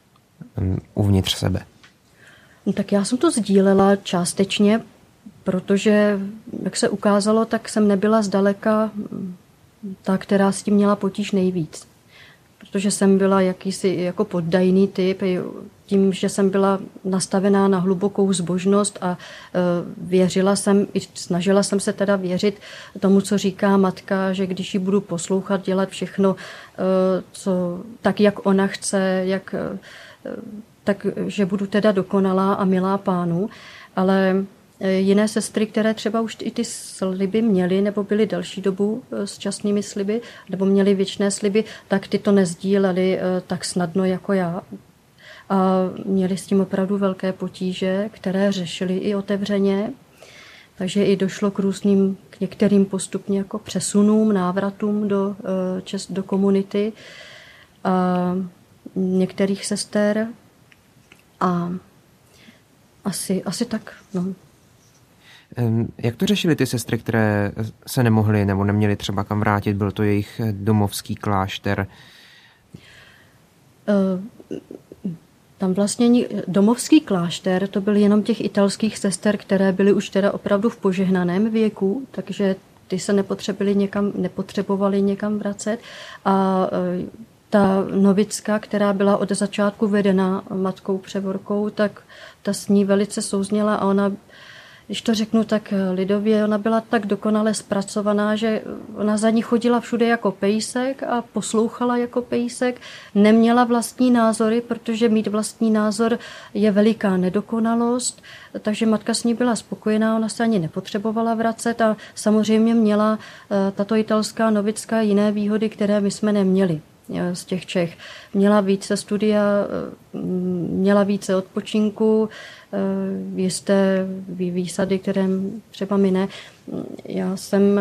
uvnitř sebe? No, tak já jsem to sdílela částečně, protože, jak se ukázalo, tak jsem nebyla zdaleka ta, která s tím měla potíž nejvíc. Protože jsem byla jakýsi jako poddajný typ, tím, že jsem byla nastavená na hlubokou zbožnost a věřila jsem, snažila jsem se teda věřit tomu, co říká matka, že když ji budu poslouchat, dělat všechno, co, tak, jak ona chce, jak, tak, že budu teda dokonalá a milá Pánu, ale jiné sestry, které třeba už i ty sliby měly, nebo byly další dobu s časnými sliby, nebo měly věčné sliby, tak ty to nezdílely tak snadno jako já. A měli s tím opravdu velké potíže, které řešili i otevřeně. Takže i došlo k různým, k některým postupně jako přesunům, návratům do, do komunity a některých sester. A asi, asi tak, no. Jak to řešily ty sestry, které se nemohly nebo neměly třeba kam vrátit? Byl to jejich domovský klášter? Tam vlastně domovský klášter, to byl jenom těch italských sester, které byly už teda opravdu v požehnaném věku, takže ty se nepotřebovali někam, nepotřebovali někam vracet. A ta novická, která byla od začátku vedena matkou Převorkou, tak ta s ní velice souzněla a ona, když to řeknu tak lidově, ona byla tak dokonale zpracovaná, že ona za ní chodila všude jako pejsek a poslouchala jako pejsek. Neměla vlastní názory, protože mít vlastní názor je veliká nedokonalost, takže matka s ní byla spokojená, ona se ani nepotřebovala vracet a samozřejmě měla tato italská novická jiné výhody, které my jsme neměli z těch Čech. Měla více studia, měla více odpočinku, jisté výsady, které třeba my ne. Já jsem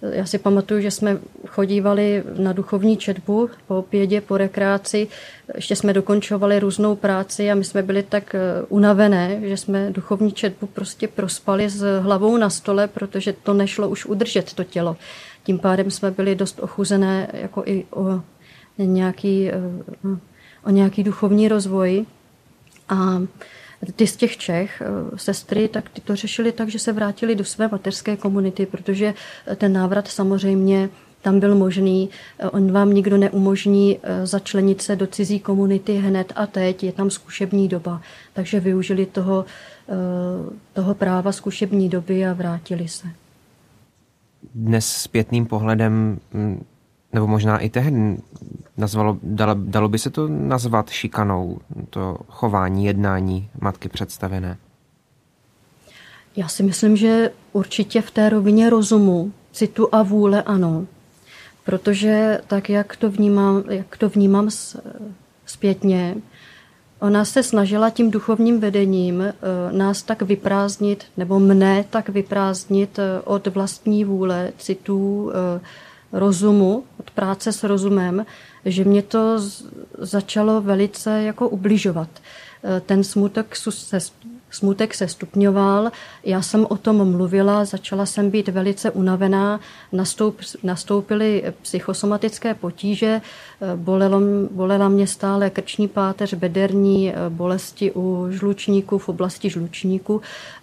Já si pamatuju, že jsme chodívali na duchovní četbu po obědě, po rekreaci. Ještě jsme dokončovali různou práci a my jsme byli tak unavené, že jsme duchovní četbu prostě prospali s hlavou na stole, protože to nešlo už udržet to tělo. Tím pádem jsme byli dost ochuzené jako i o nějaký, o nějaký duchovní rozvoj. A ty z těch Čech, sestry, tak ty to řešili tak, že se vrátili do své mateřské komunity, protože ten návrat samozřejmě tam byl možný. On vám nikdo neumožní začlenit se do cizí komunity hned a teď, je tam zkušební doba. Takže využili toho, toho práva zkušební doby a vrátili se. Dnes zpětným pohledem, nebo možná i tehdy, nazvalo, dalo, dalo by se to nazvat šikanou, to chování, jednání matky představené? Já si myslím, že určitě v té rovině rozumu, citu a vůle ano. Protože tak, jak to vnímám, jak to vnímám zpětně, ona se snažila tím duchovním vedením nás tak vyprázdnit, nebo mne tak vyprázdnit od vlastní vůle, citů, rozumu, od práce s rozumem, že mě to začalo velice jako ubližovat. Ten smutek se, smutek se stupňoval, já jsem o tom mluvila, začala jsem být velice unavená, nastoup, nastoupily psychosomatické potíže, bolelo, bolela mě stále krční páteř, bederní bolesti u žlučníku, v oblasti žlučníku,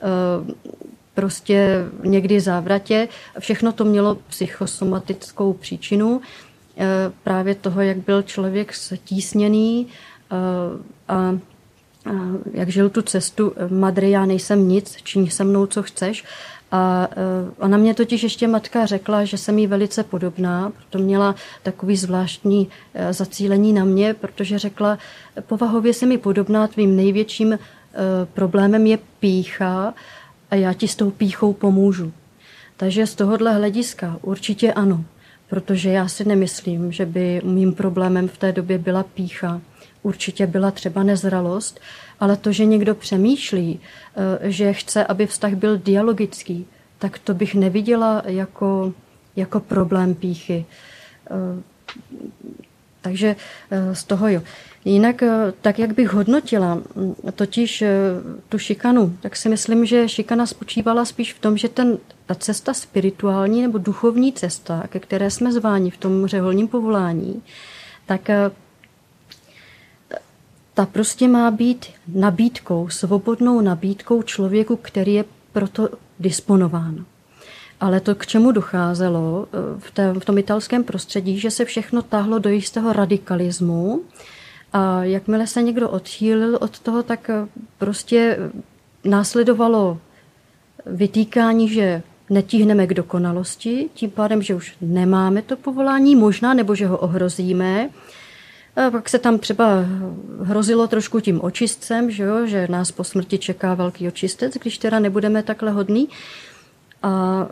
prostě někdy závratě. Všechno to mělo psychosomatickou příčinu právě toho, jak byl člověk stísněný a, a jak žil tu cestu. Madre, já nejsem nic, čiň se mnou, co chceš. A ona mě totiž ještě matka řekla, že jsem jí velice podobná, proto měla takový zvláštní zacílení na mě, protože řekla, povahově se mi podobná, tvým největším problémem je pýcha, a já ti s tou pýchou pomůžu. Takže z tohohle hlediska určitě ano, protože já si nemyslím, že by mým problémem v té době byla pýcha. Určitě byla třeba nezralost, ale to, že někdo přemýšlí, že chce, aby vztah byl dialogický, tak to bych neviděla jako, jako problém pýchy. Takže z toho jo. Jinak, tak jak bych hodnotila totiž tu šikanu, tak si myslím, že šikana spočívala spíš v tom, že ten, ta cesta spirituální nebo duchovní cesta, ke které jsme zváni v tom řeholním povolání, tak ta prostě má být nabídkou, svobodnou nabídkou člověku, který je proto disponován. Ale to, k čemu docházelo v, té, v tom italském prostředí, že se všechno táhlo do jistého radikalismu a jakmile se někdo odchýlil od toho, tak prostě následovalo vytýkání, že netíhneme k dokonalosti, tím pádem, že už nemáme to povolání, možná, nebo že ho ohrozíme. A pak se tam třeba hrozilo trošku tím očistcem, že, jo, že nás po smrti čeká velký očistec, když teda nebudeme takhle hodný. A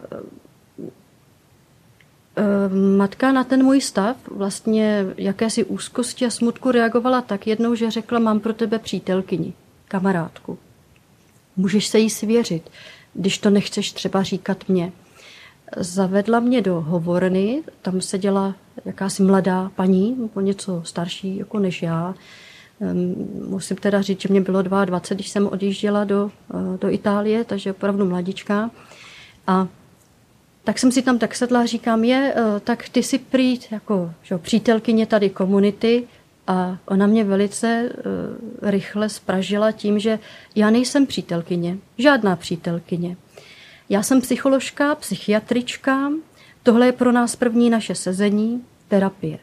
matka na ten můj stav, vlastně jakési úzkosti a smutku reagovala tak jednou, že řekla, mám pro tebe přítelkyni, kamarádku. Můžeš se jí svěřit, když to nechceš třeba říkat mě. Zavedla mě do hovorny, tam seděla jakási mladá paní, nebo něco starší jako než já. Musím teda říct, že mě bylo dvacet dva, když jsem odjížděla do, do Itálie, takže opravdu mladička. A tak jsem si tam tak sedla a říkám, je, tak ty si prý jako že, přítelkyně tady komunity, a ona mě velice uh, rychle spražila tím, že já nejsem přítelkyně, žádná přítelkyně. Já jsem psycholožka, psychiatrička, tohle je pro nás první naše sezení, terapie.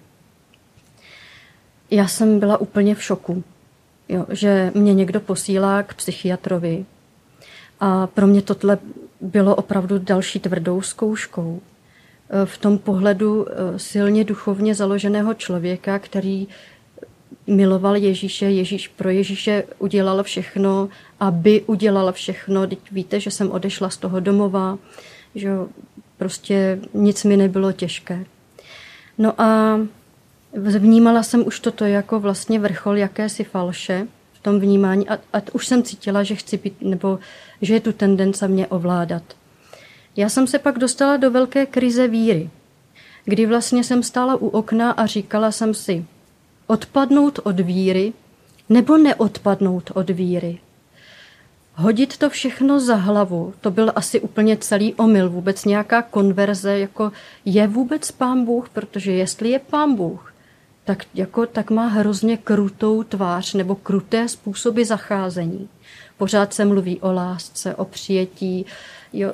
Já jsem byla úplně v šoku, jo, že mě někdo posílá k psychiatrovi. A pro mě tohle bylo opravdu další tvrdou zkouškou. V tom pohledu silně duchovně založeného člověka, který miloval Ježíše, Ježíš pro Ježíše udělal všechno, aby udělal všechno. Teď víte, že jsem odešla z toho domova, že prostě nic mi nebylo těžké. No a vnímala jsem už toto jako vlastně vrchol jakési falše v tom vnímání a, a už jsem cítila, že chci být, nebo že je tu tendence mě ovládat. Já jsem se pak dostala do velké krize víry, kdy vlastně jsem stála u okna a říkala jsem si, odpadnout od víry nebo neodpadnout od víry. Hodit to všechno za hlavu, to byl asi úplně celý omyl, vůbec nějaká konverze, jako je vůbec Pán Bůh, protože jestli je Pán Bůh, tak, jako, tak má hrozně krutou tvář nebo kruté způsoby zacházení. Pořád se mluví o lásce, o přijetí, jo,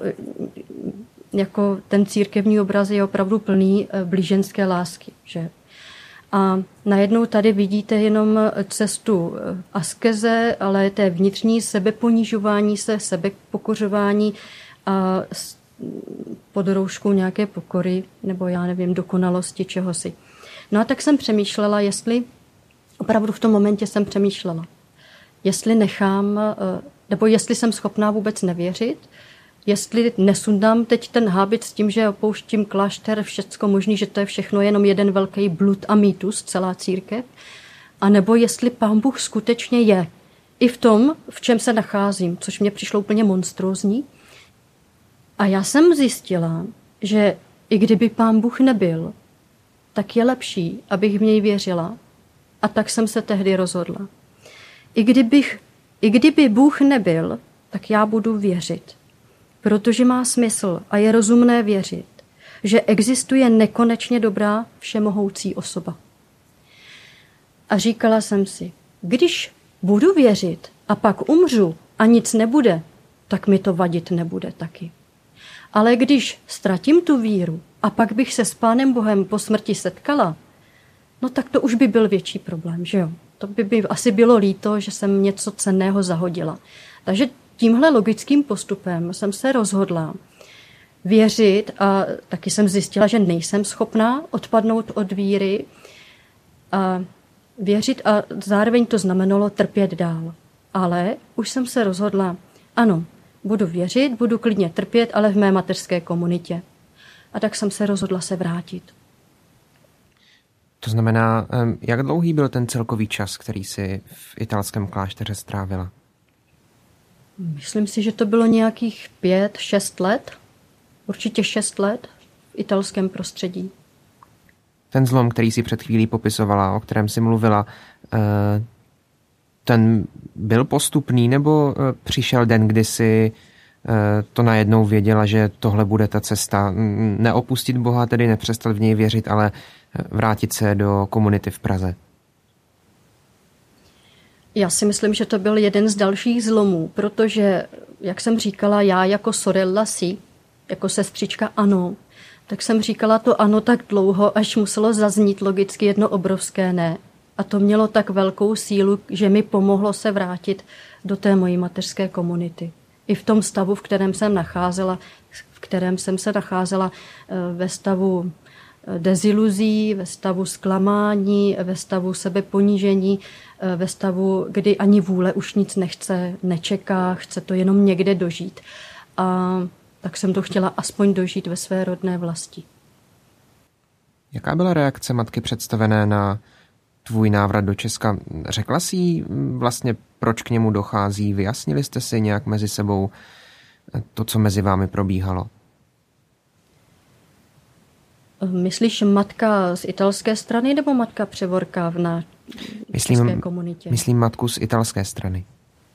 jako ten církevní obraz je opravdu plný blíženské lásky, že? A najednou tady vidíte jenom cestu askeze, ale té vnitřní sebeponižování se, sebepokořování a pod rouškou nějaké pokory, nebo já nevím, dokonalosti čehosi. No a tak jsem přemýšlela, jestli, opravdu v tom momentě jsem přemýšlela, jestli nechám, nebo jestli jsem schopná vůbec nevěřit, jestli nesundám teď ten hábit s tím, že opouštím klášter, všecko možný, že to je všechno jenom jeden velký blud a mýtus, celá církev, anebo jestli Pán Bůh skutečně je. I v tom, v čem se nacházím, což mě přišlo úplně monstrózní. A já jsem zjistila, že i kdyby Pán Bůh nebyl, tak je lepší, abych v něj věřila. A tak jsem se tehdy rozhodla. I kdybych, i kdyby Bůh nebyl, tak já budu věřit. Protože má smysl a je rozumné věřit, že existuje nekonečně dobrá, všemohoucí osoba. A říkala jsem si, když budu věřit a pak umřu a nic nebude, tak mi to vadit nebude taky. Ale když ztratím tu víru a pak bych se s Pánem Bohem po smrti setkala, no tak to už by byl větší problém, že jo? To by, by asi bylo líto, že jsem něco cenného zahodila. Takže tímhle logickým postupem jsem se rozhodla věřit a taky jsem zjistila, že nejsem schopná odpadnout od víry a věřit a zároveň to znamenalo trpět dál. Ale už jsem se rozhodla, ano, budu věřit, budu klidně trpět, ale v mé mateřské komunitě. A tak jsem se rozhodla se vrátit. To znamená, jak dlouhý byl ten celkový čas, který si v italském klášteře strávila? Myslím si, že to bylo nějakých pět, šest let. Určitě šest let v italském prostředí. Ten zlom, který si před chvílí popisovala, o kterém si mluvila, ten byl postupný, nebo přišel den, kdy si to najednou věděla, že tohle bude ta cesta? Neopustit Boha, tedy nepřestat v něj věřit, ale vrátit se do komunity v Praze. Já si myslím, že to byl jeden z dalších zlomů, protože, jak jsem říkala, já jako sorella si, jako sestřička ano, tak jsem říkala to ano tak dlouho, až muselo zaznít logicky jedno obrovské ne. A to mělo tak velkou sílu, že mi pomohlo se vrátit do té mojí mateřské komunity. I v tom stavu, v kterém jsem nacházela, v kterém jsem se nacházela ve stavu deziluzí, ve stavu zklamání, ve stavu sebeponížení, ve stavu, kdy ani vůle už nic nechce, nečeká, chce to jenom někde dožít. A tak jsem to chtěla aspoň dožít ve své rodné vlasti. Jaká byla reakce matky představené na tvůj návrat do Česka? Řekla jsi jí vlastně, proč k němu dochází? Vyjasnili jste si nějak mezi sebou to, co mezi vámi probíhalo? Myslíš matka z italské strany nebo matka Převorka v na myslím, české komunitě? Myslím matku z italské strany.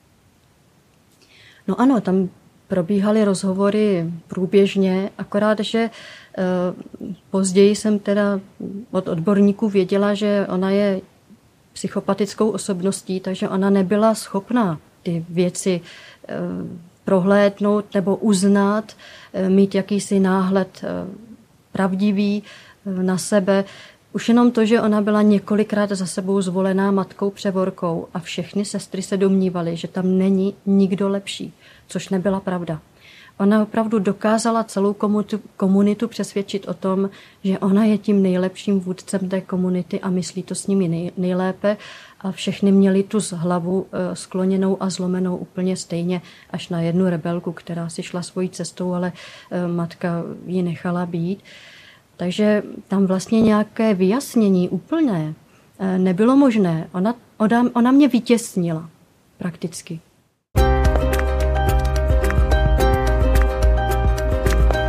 No ano, tam probíhaly rozhovory průběžně, akorát, že e, později jsem teda od odborníků věděla, že ona je psychopatickou osobností, takže ona nebyla schopná ty věci e, prohlédnout nebo uznat, e, mít jakýsi náhled e, pravdivý na sebe. Už jenom to, že ona byla několikrát za sebou zvolená matkou Převorkou a všechny sestry se domnívaly, že tam není nikdo lepší, což nebyla pravda. Ona opravdu dokázala celou komunitu, komunitu přesvědčit o tom, že ona je tím nejlepším vůdcem té komunity a myslí to s nimi nej, nejlépe a všechny měli tu hlavu skloněnou a zlomenou úplně stejně, až na jednu rebelku, která si šla svojí cestou, ale matka ji nechala být. Takže tam vlastně nějaké vyjasnění úplné nebylo možné. Ona, ona, ona mě vytěsnila prakticky.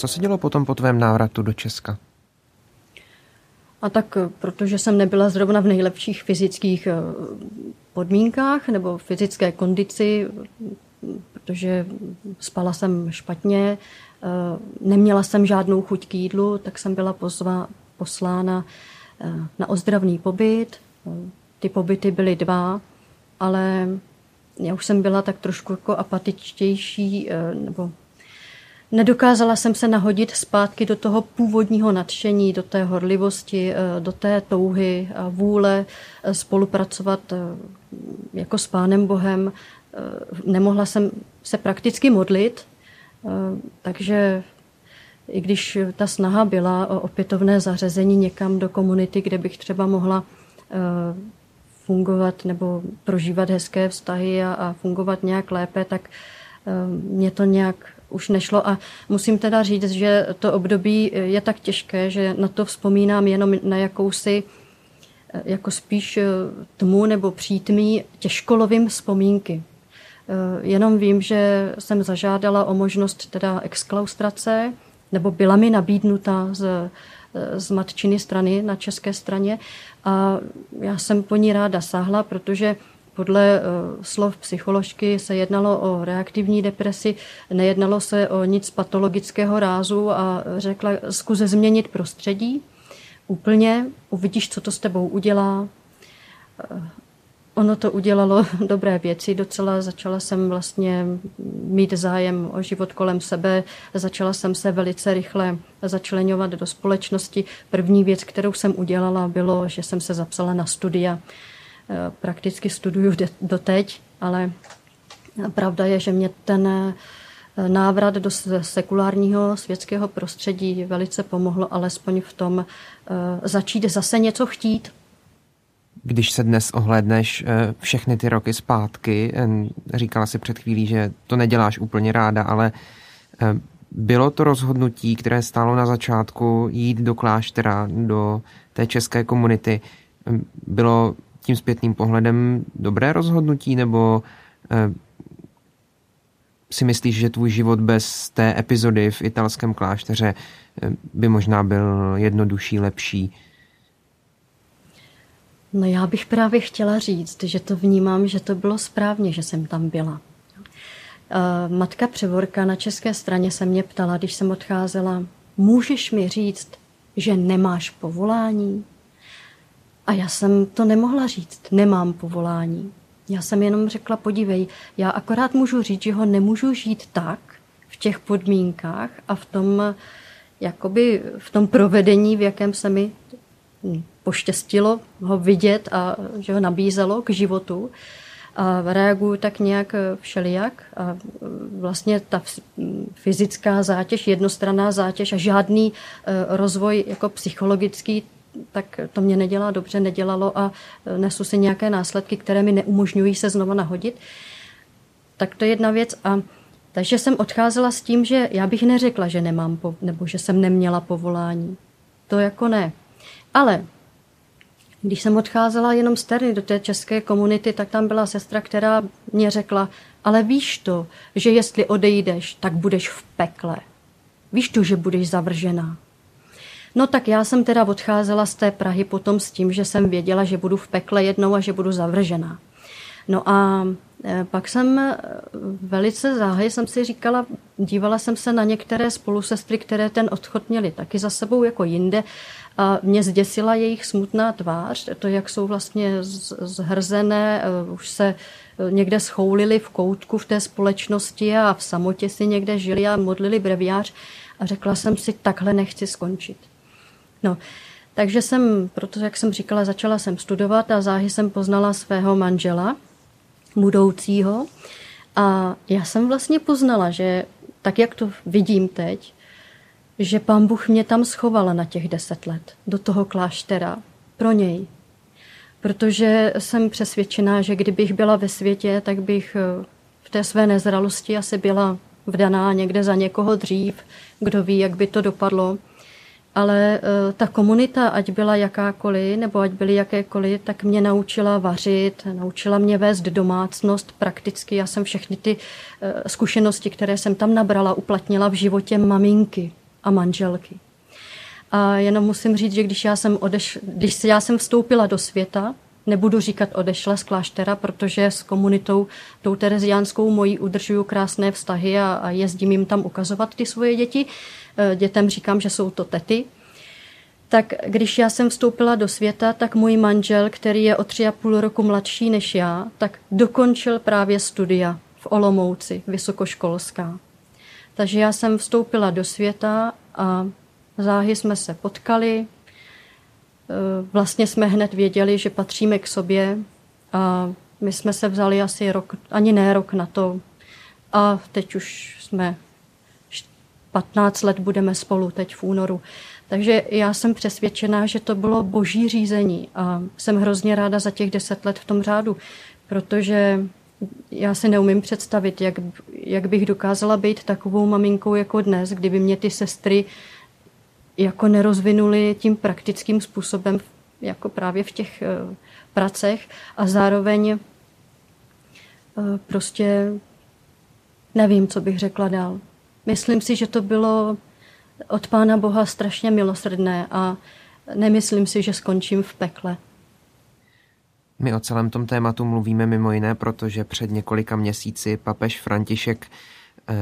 Co se dělo potom po tvém návratu do Česka? A tak, protože jsem nebyla zrovna v nejlepších fyzických podmínkách nebo fyzické kondici, protože spala jsem špatně, neměla jsem žádnou chuť k jídlu, tak jsem byla pozva, poslána na ozdravný pobyt. Ty pobyty byly dva, ale já už jsem byla tak trošku jako apatičtější, nebo nedokázala jsem se nahodit zpátky do toho původního nadšení, do té horlivosti, do té touhy a vůle spolupracovat jako s Pánem Bohem. Nemohla jsem se prakticky modlit, takže i když ta snaha byla o opětovné zařazení někam do komunity, kde bych třeba mohla fungovat nebo prožívat hezké vztahy a, a fungovat nějak lépe, tak mě to nějak už nešlo a musím teda říct, že to období je tak těžké, že na to vzpomínám jenom na jakousi jako spíš tmu nebo přítmí těžkolovým vzpomínky. Jenom vím, že jsem zažádala o možnost teda exklaustrace, nebo byla mi nabídnuta z, z matčiny strany na české straně a já jsem po ní ráda sáhla, protože podle slov psycholožky se jednalo o reaktivní depresi, nejednalo se o nic patologického rázu a řekla, zkus změnit prostředí úplně, uvidíš, co to s tebou udělá. Ono to udělalo dobré věci, docela začala jsem vlastně mít zájem o život kolem sebe, začala jsem se velice rychle začleňovat do společnosti. První věc, kterou jsem udělala, bylo, že jsem se zapsala na studia. Prakticky studuju doteď, ale pravda je, že mě ten návrat do sekulárního světského prostředí velice pomohlo, alespoň v tom začít zase něco chtít. Když se dnes ohlédneš všechny ty roky zpátky, říkala si před chvílí, že to neděláš úplně ráda, ale bylo to rozhodnutí, které stálo na začátku jít do kláštera, do té české komunity, bylo tím zpětným pohledem dobré rozhodnutí, nebo si myslíš, že tvůj život bez té epizody v italském klášteře by možná byl jednodušší, lepší? No já bych právě chtěla říct, že to vnímám, že to bylo správně, že jsem tam byla. Matka Převorka na české straně se mě ptala, když jsem odcházela, můžeš mi říct, že nemáš povolání? A já jsem to nemohla říct, nemám povolání. Já jsem jenom řekla, podívej, já akorát můžu říct, že ho nemůžu žít tak, v těch podmínkách a v tom, jakoby v tom provedení, v jakém se mi poštěstilo ho vidět a že ho nabízelo k životu. A reaguju tak nějak všelijak a vlastně ta fyzická zátěž, jednostranná zátěž a žádný rozvoj jako psychologický, tak to mě nedělá dobře, nedělalo a nesu si nějaké následky, které mi neumožňují se znova nahodit. Tak to je jedna věc. A takže jsem odcházela s tím, že já bych neřekla, že nemám, nebo že jsem neměla povolání. To jako ne. Ale když jsem odcházela jenom z Terny do té české komunity, tak tam byla sestra, která mě řekla, ale víš to, že jestli odejdeš, tak budeš v pekle. Víš to, že budeš zavržená. No tak já jsem teda odcházela z té Prahy potom s tím, že jsem věděla, že budu v pekle jednou a že budu zavržená. No a pak jsem velice záhy jsem si říkala, dívala jsem se na některé spolusestry, které ten odchod měly taky za sebou jako jinde a mě zděsila jejich smutná tvář, to, jak jsou vlastně zhrzené, už se někde schoulili v koutku v té společnosti a v samotě si někde žili a modlili breviář a řekla jsem si, takhle nechci skončit. No, takže jsem, protože jak jsem říkala, začala jsem studovat a záhy jsem poznala svého manžela, budoucího. A já jsem vlastně poznala, že tak, jak to vidím teď, že Pán Bůh mě tam schovala na těch deset let do toho kláštera pro něj. Protože jsem přesvědčená, že kdybych byla ve světě, tak bych v té své nezralosti asi byla vdaná někde za někoho dřív. Kdo ví, jak by to dopadlo. Ale ta komunita, ať byla jakákoliv, nebo ať byly jakékoliv, tak mě naučila vařit, naučila mě vést domácnost prakticky. Já jsem všechny ty zkušenosti, které jsem tam nabrala, uplatnila v životě maminky. a manželky. A jenom musím říct, že když já jsem, odeš, když já jsem vstoupila do světa, nebudu říkat odešla z kláštera, protože s komunitou tou tereziánskou mojí udržuju krásné vztahy a, a jezdím jim tam ukazovat ty svoje děti. Dětem říkám, že jsou to tety. Tak když já jsem vstoupila do světa, tak můj manžel, který je o tři a půl roku mladší než já, tak dokončil právě studia v Olomouci, vysokoškolská. Takže já jsem vstoupila do světa a záhy jsme se potkali. Vlastně jsme hned věděli, že patříme k sobě a my jsme se vzali asi rok, ani ne rok na to. A teď už jsme patnáct let budeme spolu teď v únoru. Takže já jsem přesvědčená, že to bylo boží řízení a jsem hrozně ráda za těch deset let v tom řádu, protože já si neumím představit, jak, jak bych dokázala být takovou maminkou jako dnes, kdyby mě ty sestry jako nerozvinuly tím praktickým způsobem, jako právě v těch uh, pracech a zároveň uh, prostě nevím, co bych řekla dál. Myslím si, že to bylo od Pána Boha strašně milosrdné a nemyslím si, že skončím v pekle. My o celém tom tématu mluvíme mimo jiné, protože před několika měsíci papež František eh,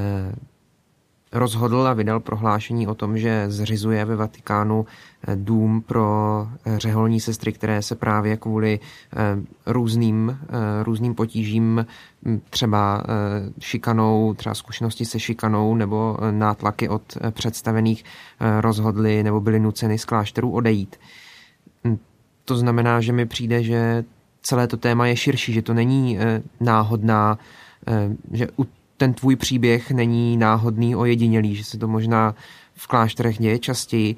rozhodl a vydal prohlášení o tom, že zřizuje ve Vatikánu dům pro řeholní sestry, které se právě kvůli různým, různým potížím, třeba šikanou, třeba zkušenosti se šikanou nebo nátlaky od představených rozhodly nebo byly nuceny z klášterů odejít. To znamená, že mi přijde, že celé to téma je širší, že to není náhodná, že u ten tvůj příběh není náhodný, ojedinělý, že se to možná v klášterech děje častěji,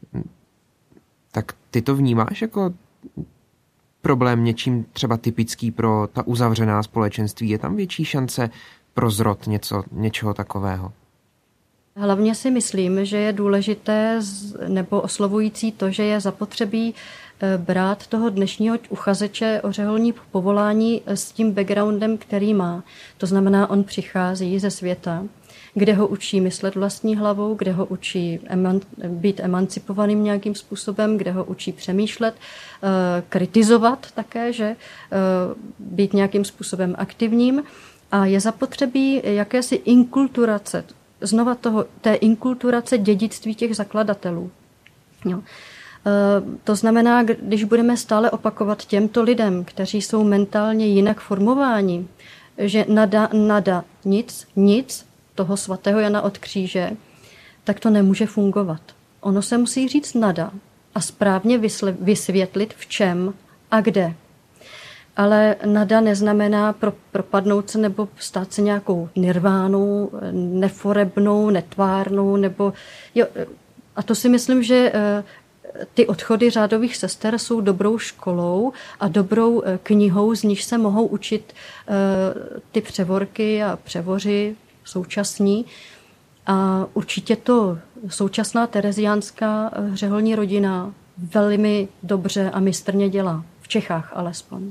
tak ty to vnímáš jako problém něčím třeba typický pro ta uzavřená společenství? Je tam větší šance pro zrod něco, něčeho takového? Hlavně si myslím, že je důležité nebo oslovující to, že je zapotřebí brát toho dnešního uchazeče o řeholní povolání s tím backgroundem, který má. To znamená, on přichází ze světa, kde ho učí myslet vlastní hlavou, kde ho učí eman, být emancipovaným nějakým způsobem, kde ho učí přemýšlet, kritizovat také, že být nějakým způsobem aktivním. A je zapotřebí jakési inkulturace, znova toho, té inkulturace dědictví těch zakladatelů. Jo. To znamená, když budeme stále opakovat těmto lidem, kteří jsou mentálně jinak formováni, že nada, nada, nic, nic toho svatého Jana od kříže, tak to nemůže fungovat. Ono se musí říct nada a správně vysvětlit v čem a kde. Ale nada neznamená pro, propadnout se nebo stát se nějakou nirvánou, neforebnou, netvárnou, nebo jo, a to si myslím, že ty odchody řádových sester jsou dobrou školou a dobrou knihou, z níž se mohou učit ty převorky a převoři současní. A určitě to současná tereziánská řeholní rodina velmi dobře a mistrně dělá. V Čechách alespoň.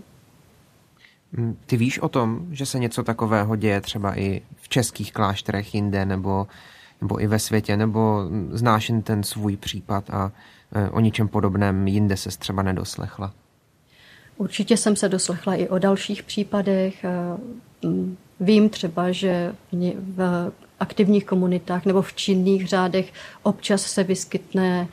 Ty víš o tom, že se něco takového děje třeba i v českých klášterech jinde nebo, nebo i ve světě, nebo znáš jen ten svůj případ a o ničem podobném jinde ses třeba nedoslechla? Určitě jsem se doslechla i o dalších případech. Vím třeba, že v aktivních komunitách nebo v činných řádech občas se vyskytne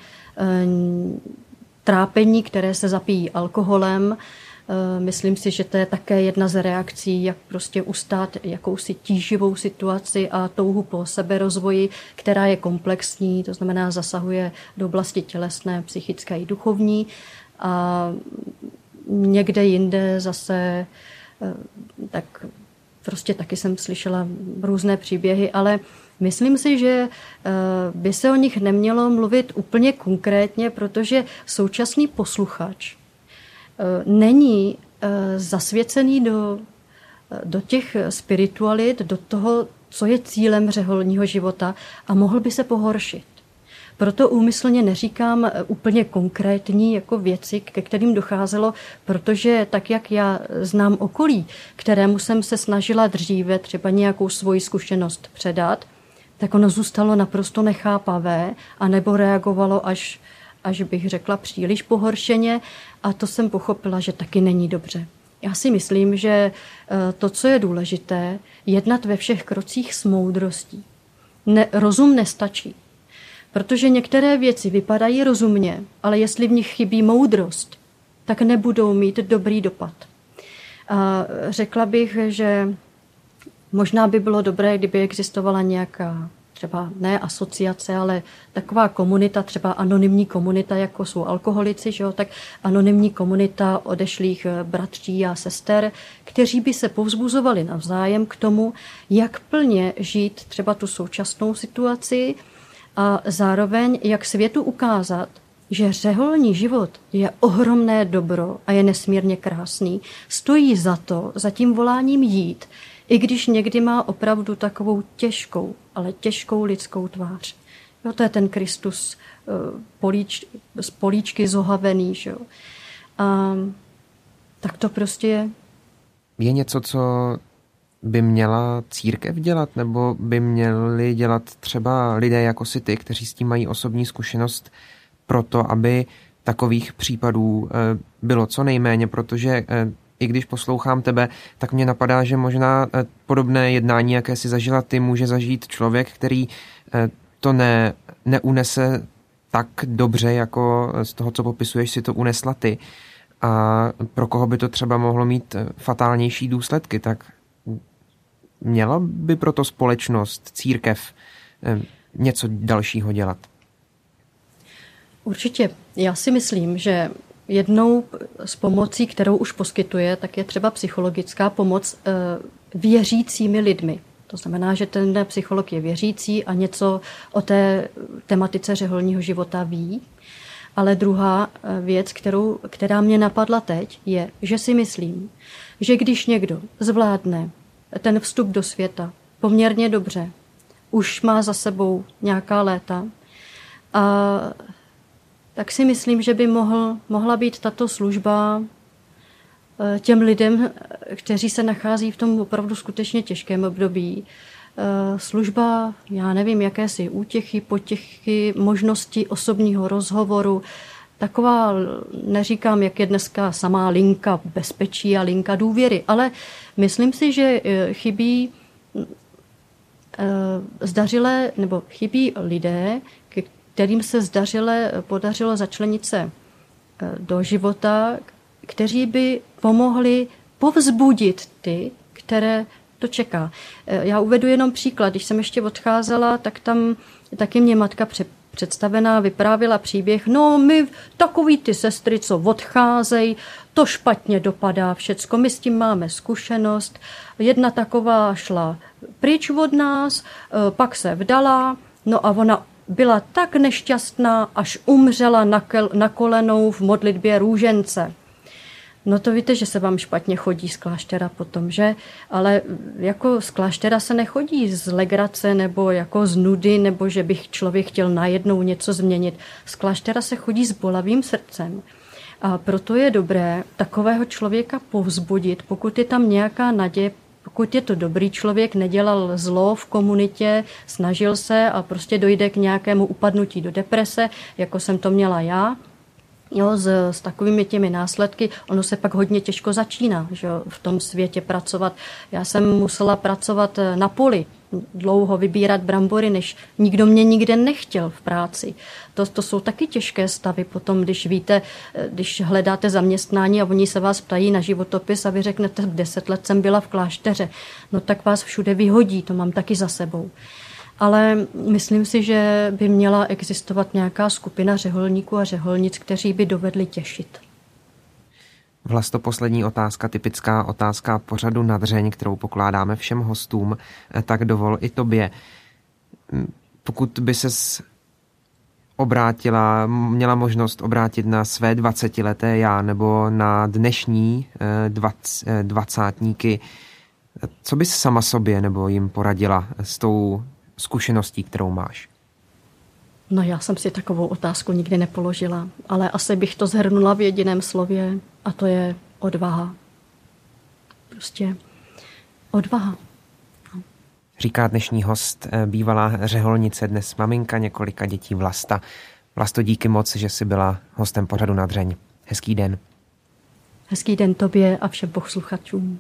trápení, které se zapíjí alkoholem. Myslím si, že to je také jedna z reakcí, jak prostě ustát jakousi tíživou situaci a touhu po seberozvoji, která je komplexní, to znamená zasahuje do oblasti tělesné, psychické i duchovní. A někde jinde zase, tak prostě taky jsem slyšela různé příběhy, ale myslím si, že by se o nich nemělo mluvit úplně konkrétně, protože současný posluchač není zasvěcený do, do těch spiritualit, do toho, co je cílem řeholního života a mohl by se pohoršit. Proto úmyslně neříkám úplně konkrétní jako věci, ke kterým docházelo, protože tak, jak já znám okolí, kterému jsem se snažila dříve třeba nějakou svoji zkušenost předat, tak ono zůstalo naprosto nechápavé, anebo reagovalo až, až bych řekla, příliš pohoršeně a to jsem pochopila, že taky není dobře. Já si myslím, že to, co je důležité, jednat ve všech krocích s moudrostí. Ne, rozum nestačí, protože některé věci vypadají rozumně, ale jestli v nich chybí moudrost, tak nebudou mít dobrý dopad. A řekla bych, že možná by bylo dobré, kdyby existovala nějaká třeba ne asociace, ale taková komunita, třeba anonymní komunita, jako jsou alkoholici, že jo, tak anonymní komunita odešlých bratří a sester, kteří by se povzbuzovali navzájem k tomu, jak plně žít třeba tu současnou situaci a zároveň jak světu ukázat, že řeholní život je ohromné dobro a je nesmírně krásný. Stojí za to, za tím voláním jít, i když někdy má opravdu takovou těžkou, ale těžkou lidskou tvář. Jo, to je ten Kristus políč, z políčky zohavený. Že jo. A tak to prostě je. Je něco, co by měla církev dělat, nebo by měli dělat třeba lidé jako si ty, kteří s tím mají osobní zkušenost, proto, aby takových případů bylo co nejméně, protože i když poslouchám tebe, tak mě napadá, že možná podobné jednání, jaké si zažila ty, může zažít člověk, který to ne, neunese tak dobře, jako z toho, co popisuješ, si to unesla ty. A pro koho by to třeba mohlo mít fatálnější důsledky, tak měla by proto společnost, církev něco dalšího dělat? Určitě. Já si myslím, že jednou z pomocí, kterou už poskytuje, tak je třeba psychologická pomoc věřícími lidmi. To znamená, že ten psycholog je věřící a něco o té tematice řeholního života ví. Ale druhá věc, kterou, která mě napadla teď, je, že si myslím, že když někdo zvládne ten vstup do světa poměrně dobře, už má za sebou nějaká léta, a tak si myslím, že by mohl, mohla být tato služba těm lidem, kteří se nachází v tom opravdu skutečně těžkém období. Služba, já nevím, jakési útěchy, potěchy, možnosti osobního rozhovoru. Taková, neříkám, jak je dneska samá linka bezpečí a linka důvěry, ale myslím si, že chybí zdařilé, nebo chybí lidé, kterým se zdařile podařilo začlenit se do života, kteří by pomohli povzbudit ty, které to čeká. Já uvedu jenom příklad. Když jsem ještě odcházela, tak tam taky mě matka představená vyprávěla příběh. No my takový ty sestry, co odcházejí, to špatně dopadá všecko. My s tím máme zkušenost. Jedna taková šla pryč od nás, pak se vdala, no a ona byla tak nešťastná, až umřela na, kel, na kolenou v modlitbě růžence. No to víte, že se vám špatně chodí z kláštera potom, že? Ale jako z kláštera se nechodí z legrace nebo jako z nudy, nebo že bych člověk chtěl najednou něco změnit. Z kláštera se chodí s bolavým srdcem. A proto je dobré takového člověka povzbudit, pokud je tam nějaká naděje, pokud je to dobrý člověk, nedělal zlo v komunitě, snažil se a prostě dojde k nějakému upadnutí do deprese, jako jsem to měla já, jo, s, s takovými těmi následky, ono se pak hodně těžko začíná, že jo, v tom světě pracovat. Já jsem musela pracovat na poli, dlouho vybírat brambory, než nikdo mě nikde nechtěl v práci. To, to jsou taky těžké stavy potom, když víte, když hledáte zaměstnání a oni se vás ptají na životopis a vy řeknete, deset let jsem byla v klášteře, no tak vás všude vyhodí, to mám taky za sebou. Ale myslím si, že by měla existovat nějaká skupina řeholníků a řeholnic, kteří by dovedli těšit. Vlasto, poslední otázka, typická otázka pořadu Na dřeň, kterou pokládáme všem hostům, tak dovol i tobě. Pokud by ses obrátila, měla možnost obrátit na své dvacetileté já nebo na dnešní dvacátníky, co bys sama sobě nebo jim poradila s tou zkušeností, kterou máš? No já jsem si takovou otázku nikdy nepoložila, ale asi bych to shrnula v jediném slově a to je odvaha. Prostě odvaha. No. říká dnešní host, bývalá řeholnice, dnes maminka několika dětí Vlasta. Vlasto, díky moc, že jsi byla hostem pořadu Nadřeň. Hezký den. Hezký den tobě a všem posluchačům.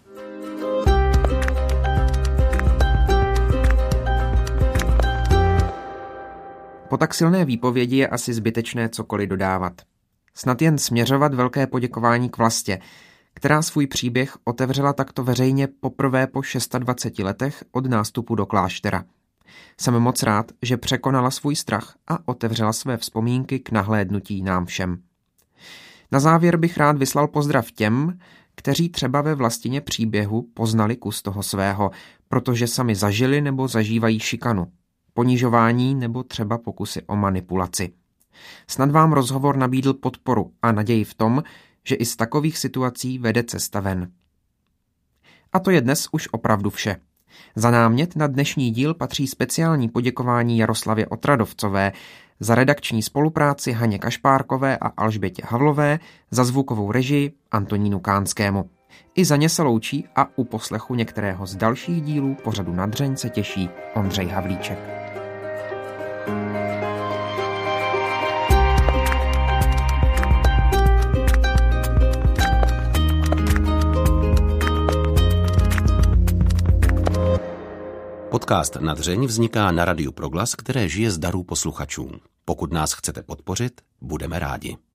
Po tak silné výpovědi je asi zbytečné cokoliv dodávat. Snad jen směřovat velké poděkování k Vlastě, která svůj příběh otevřela takto veřejně poprvé po dvaceti šesti letech od nástupu do kláštera. Jsem moc rád, že překonala svůj strach a otevřela své vzpomínky k nahlédnutí nám všem. Na závěr bych rád vyslal pozdrav těm, kteří třeba ve Vlastině příběhu poznali kus toho svého, protože sami zažili nebo zažívají šikanu, ponižování nebo třeba pokusy o manipulaci. Snad vám rozhovor nabídl podporu a naději v tom, že i z takových situací vede cesta ven. A to je dnes už opravdu vše. Za námět na dnešní díl patří speciální poděkování Jaroslavě Otradovcové, za redakční spolupráci Haně Kašpárkové a Alžbětě Havlové, za zvukovou režii Antonínu Kánskému. I za ně se loučí a u poslechu některého z dalších dílů pořadu Nadřeň se těší Ondřej Havlíček. Podcast Nadřeň vzniká na Radiu Proglas, které žije z darů posluchačů. Pokud nás chcete podpořit, budeme rádi.